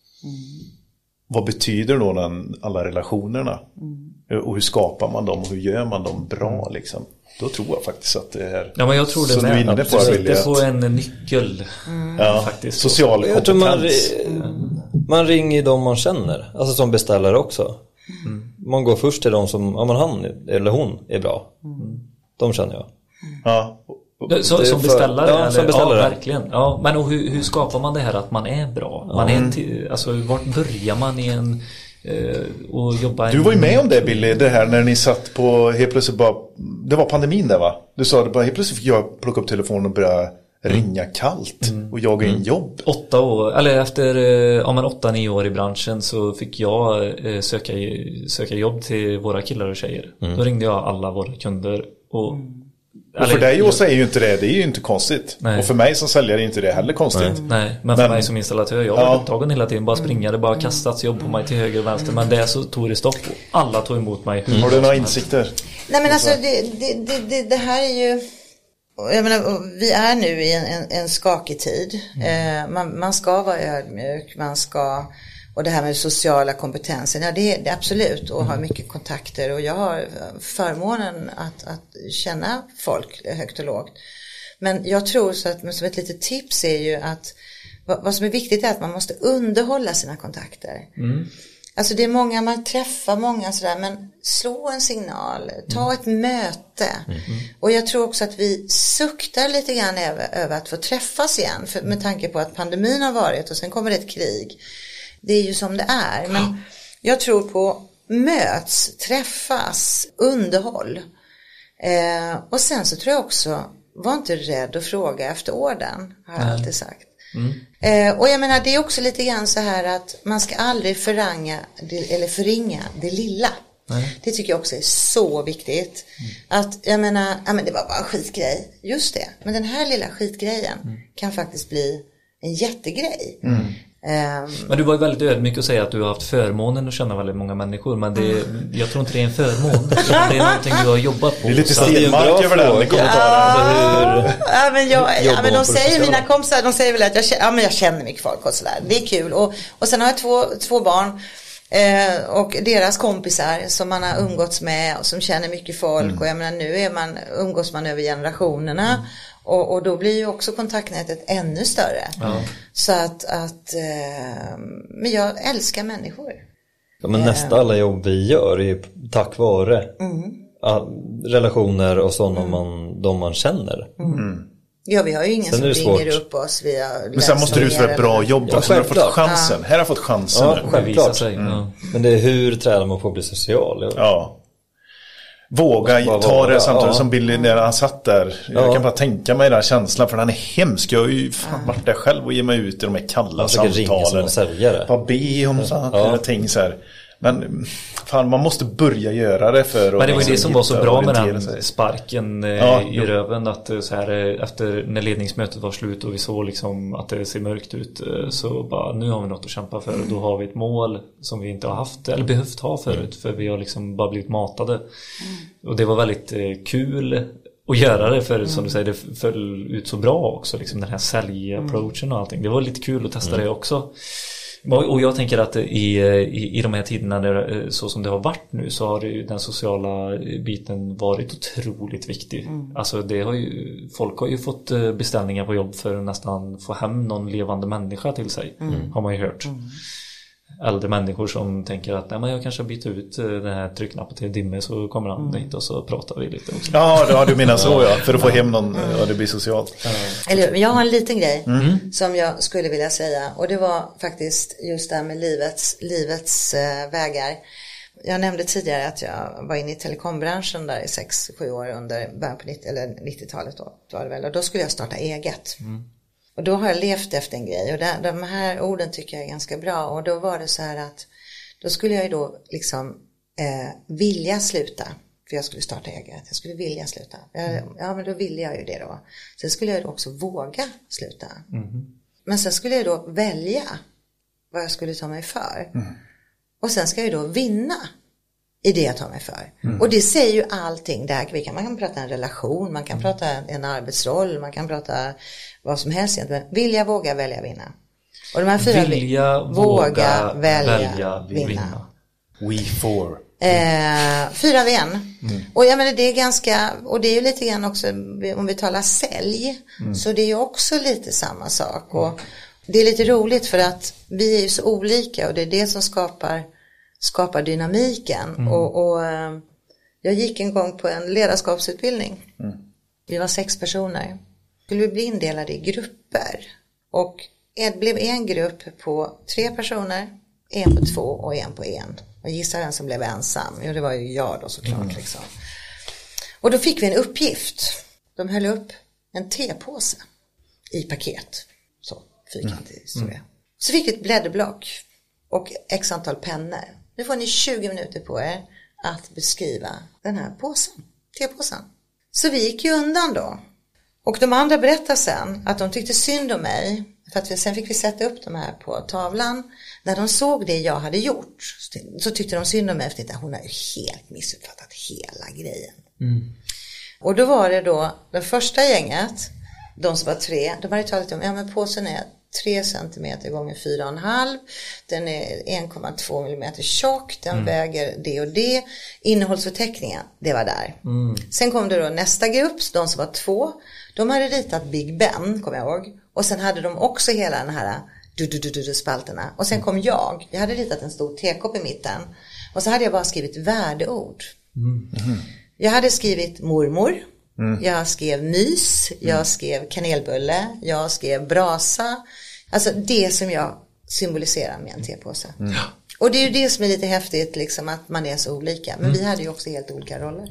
Vad betyder då alla relationerna? Och hur skapar man dem och hur gör man dem bra liksom? Då tror jag faktiskt att det är... Ja, men jag tror det med. Att du sitter på en nyckel faktiskt. Social kompetens. Jag tror man ringer dem man känner. Alltså som beställare också. Man går först till dem som han eller hon är bra. De känner jag. Ja. Som beställare? Ja, som beställare. Ja, verkligen. Ja, men och hur skapar man det här att man är bra? Man är alltså, vart börjar man i en... och jobba du var ju med om det, Billy, det här när ni satt på helt plötsligt bara, det var pandemin där va? Du sa det bara, helt plötsligt fick jag plocka upp telefonen och börja ringa kallt och jaga in jobb. 8 år, eller efter 8-9 år i branschen så fick jag söka jobb till våra killar och tjejer. Då ringde jag alla våra kunder och för dig Åsa är ju inte det är ju inte konstigt. Nej. Och för mig som säljare är inte det heller konstigt. Nej, men för mig som installatör, jag var upptagen hela tiden, bara springa, det bara kastats jobb på mig till höger och vänster, men det så tog det stopp och alla tog emot mig. Har du några insikter? Nej men alltså det här är ju, jag menar, vi är nu i en skakig tid. Man ska vara ödmjuk, och det här med sociala kompetensen, det är absolut, och ha mycket kontakter, och jag har förmånen att känna folk högt och lågt. Men jag tror så att som ett litet tips är ju att vad som är viktigt är att man måste underhålla sina kontakter. Alltså det är många, man träffar många sådär, men slå en signal, ta ett möte. Och jag tror också att vi suktar lite grann över att få träffas igen, för med tanke på att pandemin har varit och sen kommer det ett krig. Det är ju som det är, men jag tror på träffas, underhåll. Och sen så tror jag också, var inte rädd att fråga efter orden, har jag alltid sagt. Och jag menar, det är också lite grann så här att man ska aldrig förringa det lilla. Det tycker jag också är så viktigt. Att jag menar, det var bara en skitgrej. Just det, men den här lilla skitgrejen kan faktiskt bli en jättegrej. Men du var ju väldigt ödmjuk att säga att du har haft förmånen att känna väldigt många människor, men jag tror inte det är en förmån. Det är någonting du har jobbat på. Det är lite stenmark över den i kommentaren. Men de säger, mina kompisar, de säger väl att jag känner mycket folk och sådär. Det är kul. Och sen har jag två barn och deras kompisar som man har umgåtts med och som känner mycket folk. Och jag menar, nu umgås man över generationerna. Och då blir ju också kontaktnätet ännu större. Så att men jag älskar människor. Ja, men nästan alla jobb vi gör är tack vare relationer och sådana de man känner. Ja, vi har ju ingen som ringer upp oss via. Men sen måste du utföra ett bra jobb också. Du har fått chansen. Här har jag fått chansen nu. Självklart. Men det är hur tränar man på att bli social? Ja. Våga ta det samtidigt som Billy när han satt där. Jag kan bara tänka mig den känslan, för den är hemsk. Jag har ju varit där själv och ger mig ut i de här kalla samtalen. Bara be om sådana ting så här. Men fan, man måste börja göra det för att... Men det var ju det som var så bra med den sparken i röven, att så här, efter när ledningsmötet var slut och vi såg liksom att det ser mörkt ut, så bara, nu har vi något att kämpa för, och då har vi ett mål som vi inte har haft eller behövt ha förut, för vi har liksom bara blivit matade. Och det var väldigt kul att göra det, för som du säger, det föll ut så bra också, liksom den här sälj-approachen och allting. Det var lite kul att testa det också. Och jag tänker att i de här tiderna där, så som det har varit nu, så har ju den sociala biten varit otroligt viktig. Alltså folk har ju fått beställningar på jobb för att nästan få hem någon levande människa till sig, har man ju hört. Äldre människor som tänker att nej, men jag kanske byter ut den här tryckknappen till Dimme, så kommer han hit och så pratar vi lite också. Ja, du menar så, för att få hem någon, det blir socialt. Eller jag har en liten grej som jag skulle vilja säga, och det var faktiskt just det här med livets vägar. Jag nämnde tidigare att jag var inne i telekombranschen där i 6-7 år under början på 90-talet då var det väl, och då skulle jag starta eget. Och då har jag levt efter en grej, och de här orden tycker jag är ganska bra. Och då var det så här att då skulle jag ju då liksom vilja sluta. För jag skulle starta eget. Jag skulle vilja sluta. Ja, men då ville jag ju det då. Sen skulle jag då också våga sluta. Men sen skulle jag då välja vad jag skulle ta mig för. Och sen ska jag då vinna i det jag tar mig för. Och det säger ju allting där. Man kan prata en relation, man kan prata en arbetsroll, man kan prata vad som helst egentligen. Vilja, våga, välja, vinna. Och de här 4 vilja, våga, välja, vinna. We four. 4 av 1. Och jag menar det är ganska, och det är ju lite grann också om vi talar sälj, så det är ju också lite samma sak. Och det är lite roligt för att vi är ju så olika och det är det som skapar dynamiken. Och jag gick en gång på en ledarskapsutbildning. Vi var 6 personer. Skulle vi bli indelade i grupper. Och det blev en grupp på 3 personer, en på 2 och en på 1. Och gissa den som blev ensam. Jo, det var ju jag då såklart liksom. Och då fick vi en uppgift. De höll upp en tepåse i paket. Så, fyrkantig historia. Så fick vi ett blädderblock och x antal pennor. Nu får ni 20 minuter på er att beskriva den här påsen, tepåsen. Så vi gick ju undan då. Och de andra berättade sen att de tyckte synd om mig. För att sen fick vi sätta upp de här på tavlan. När de såg det jag hade gjort så tyckte de synd om mig. För att hon har ju helt missuppfattat hela grejen. Och då var det då det första gänget, de som var 3, de hade talat om, ja men påsen är 3 centimeter gånger 4,5, den är 1,2 millimeter tjock, den väger det och det, innehållsförteckningen, det var där. Sen kom det då nästa grupp, de som var 2, de hade ritat Big Ben, kommer jag ihåg, och sen hade de också hela den här spalterna, och sen kom jag hade ritat en stor tekopp i mitten, och så hade jag bara skrivit värdeord. Jag hade skrivit mormor, jag skrev mys, jag skrev kanelbulle, jag skrev brasa. Alltså det som jag symboliserar med en tepåse. Och det är ju det som är lite häftigt liksom, att man är så olika. Men vi hade ju också helt olika roller.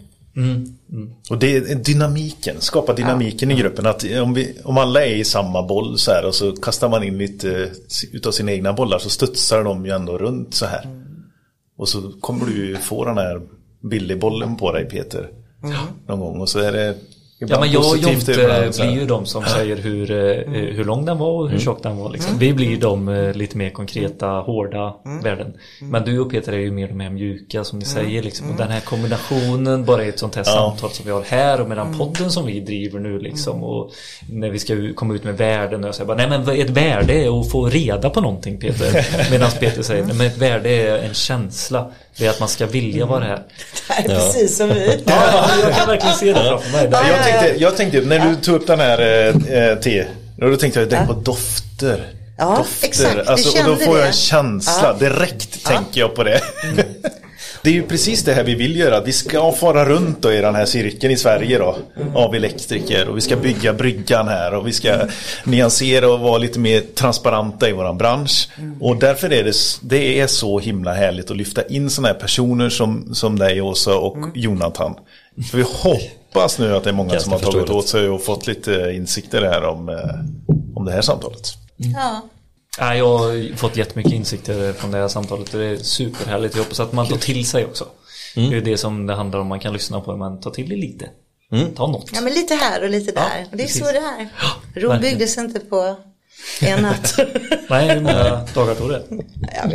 Och det är dynamiken, skapa dynamiken i gruppen. Att om alla är i samma boll så här och så kastar man in lite utav sina egna bollar, så studsar de ju ändå runt så här. Och så kommer du ju få den här billigbollen på dig, Peter, någon gång, och så är det ja, men jag och Jonte blir ju de som säger hur lång den var och hur tjock den var liksom. Vi blir de lite mer konkreta, hårda värden. Men du och Peter är ju mer de här mjuka som ni säger liksom. Och den här kombinationen bara i ett sånt här samtal som vi har här och med den podden som vi driver nu liksom. Och när vi ska komma ut med värden och jag säger bara, nej men ett värde är att få reda på någonting, Peter. Medan Peter säger, nej men ett värde är en känsla. Det är att man ska vilja vara här. Det är precis som vi. Jag kan verkligen se det framför mig. Jag tänkte när du tog upp den här te, då tänkte jag på dofter. Ja, dofter. exakt. Alltså, och då får jag en känsla. Direkt tänker jag på det. Det är ju precis det här vi vill göra. Vi ska fara runt då i den här cirkeln i Sverige då, av elektriker, och vi ska bygga bryggan här och vi ska nyansera och vara lite mer transparenta i våran bransch. Och därför är det är så himla härligt att lyfta in såna här personer som dig, Åsa, och Jonathan. För vi hoppas nu att det är många som har tagit åt sig och fått lite insikter här om det här samtalet. Ja. Ja, jag har fått jättemycket insikter från det här samtalet. Det är superhärligt. Jag hoppas att man tar till sig också. Det är det som det handlar om. Man kan lyssna på det, man tar till det lite. Ta något. Ja, men lite här och lite där. Och det är så det är. Rom byggdes inte på en natt. Nej, hur många dagar tog det? Jag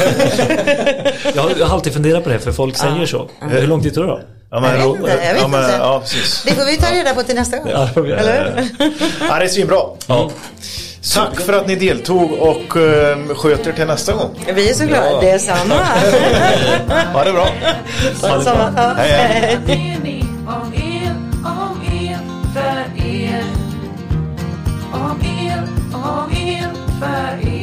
vet. Jag har alltid funderat på det, för folk säger så. Hur lång tid tog det då? Ja, men, jag vet inte. Ja, precis. Det får vi ta reda på till nästa gång. Ja, eller? Ja, det är svinbra. Ja. Tack för att ni deltog och sköter till nästa gång. Vi är så glada. Det är samma. Ha det bra. Samma. Hej. Om er, för er. Om er, för er.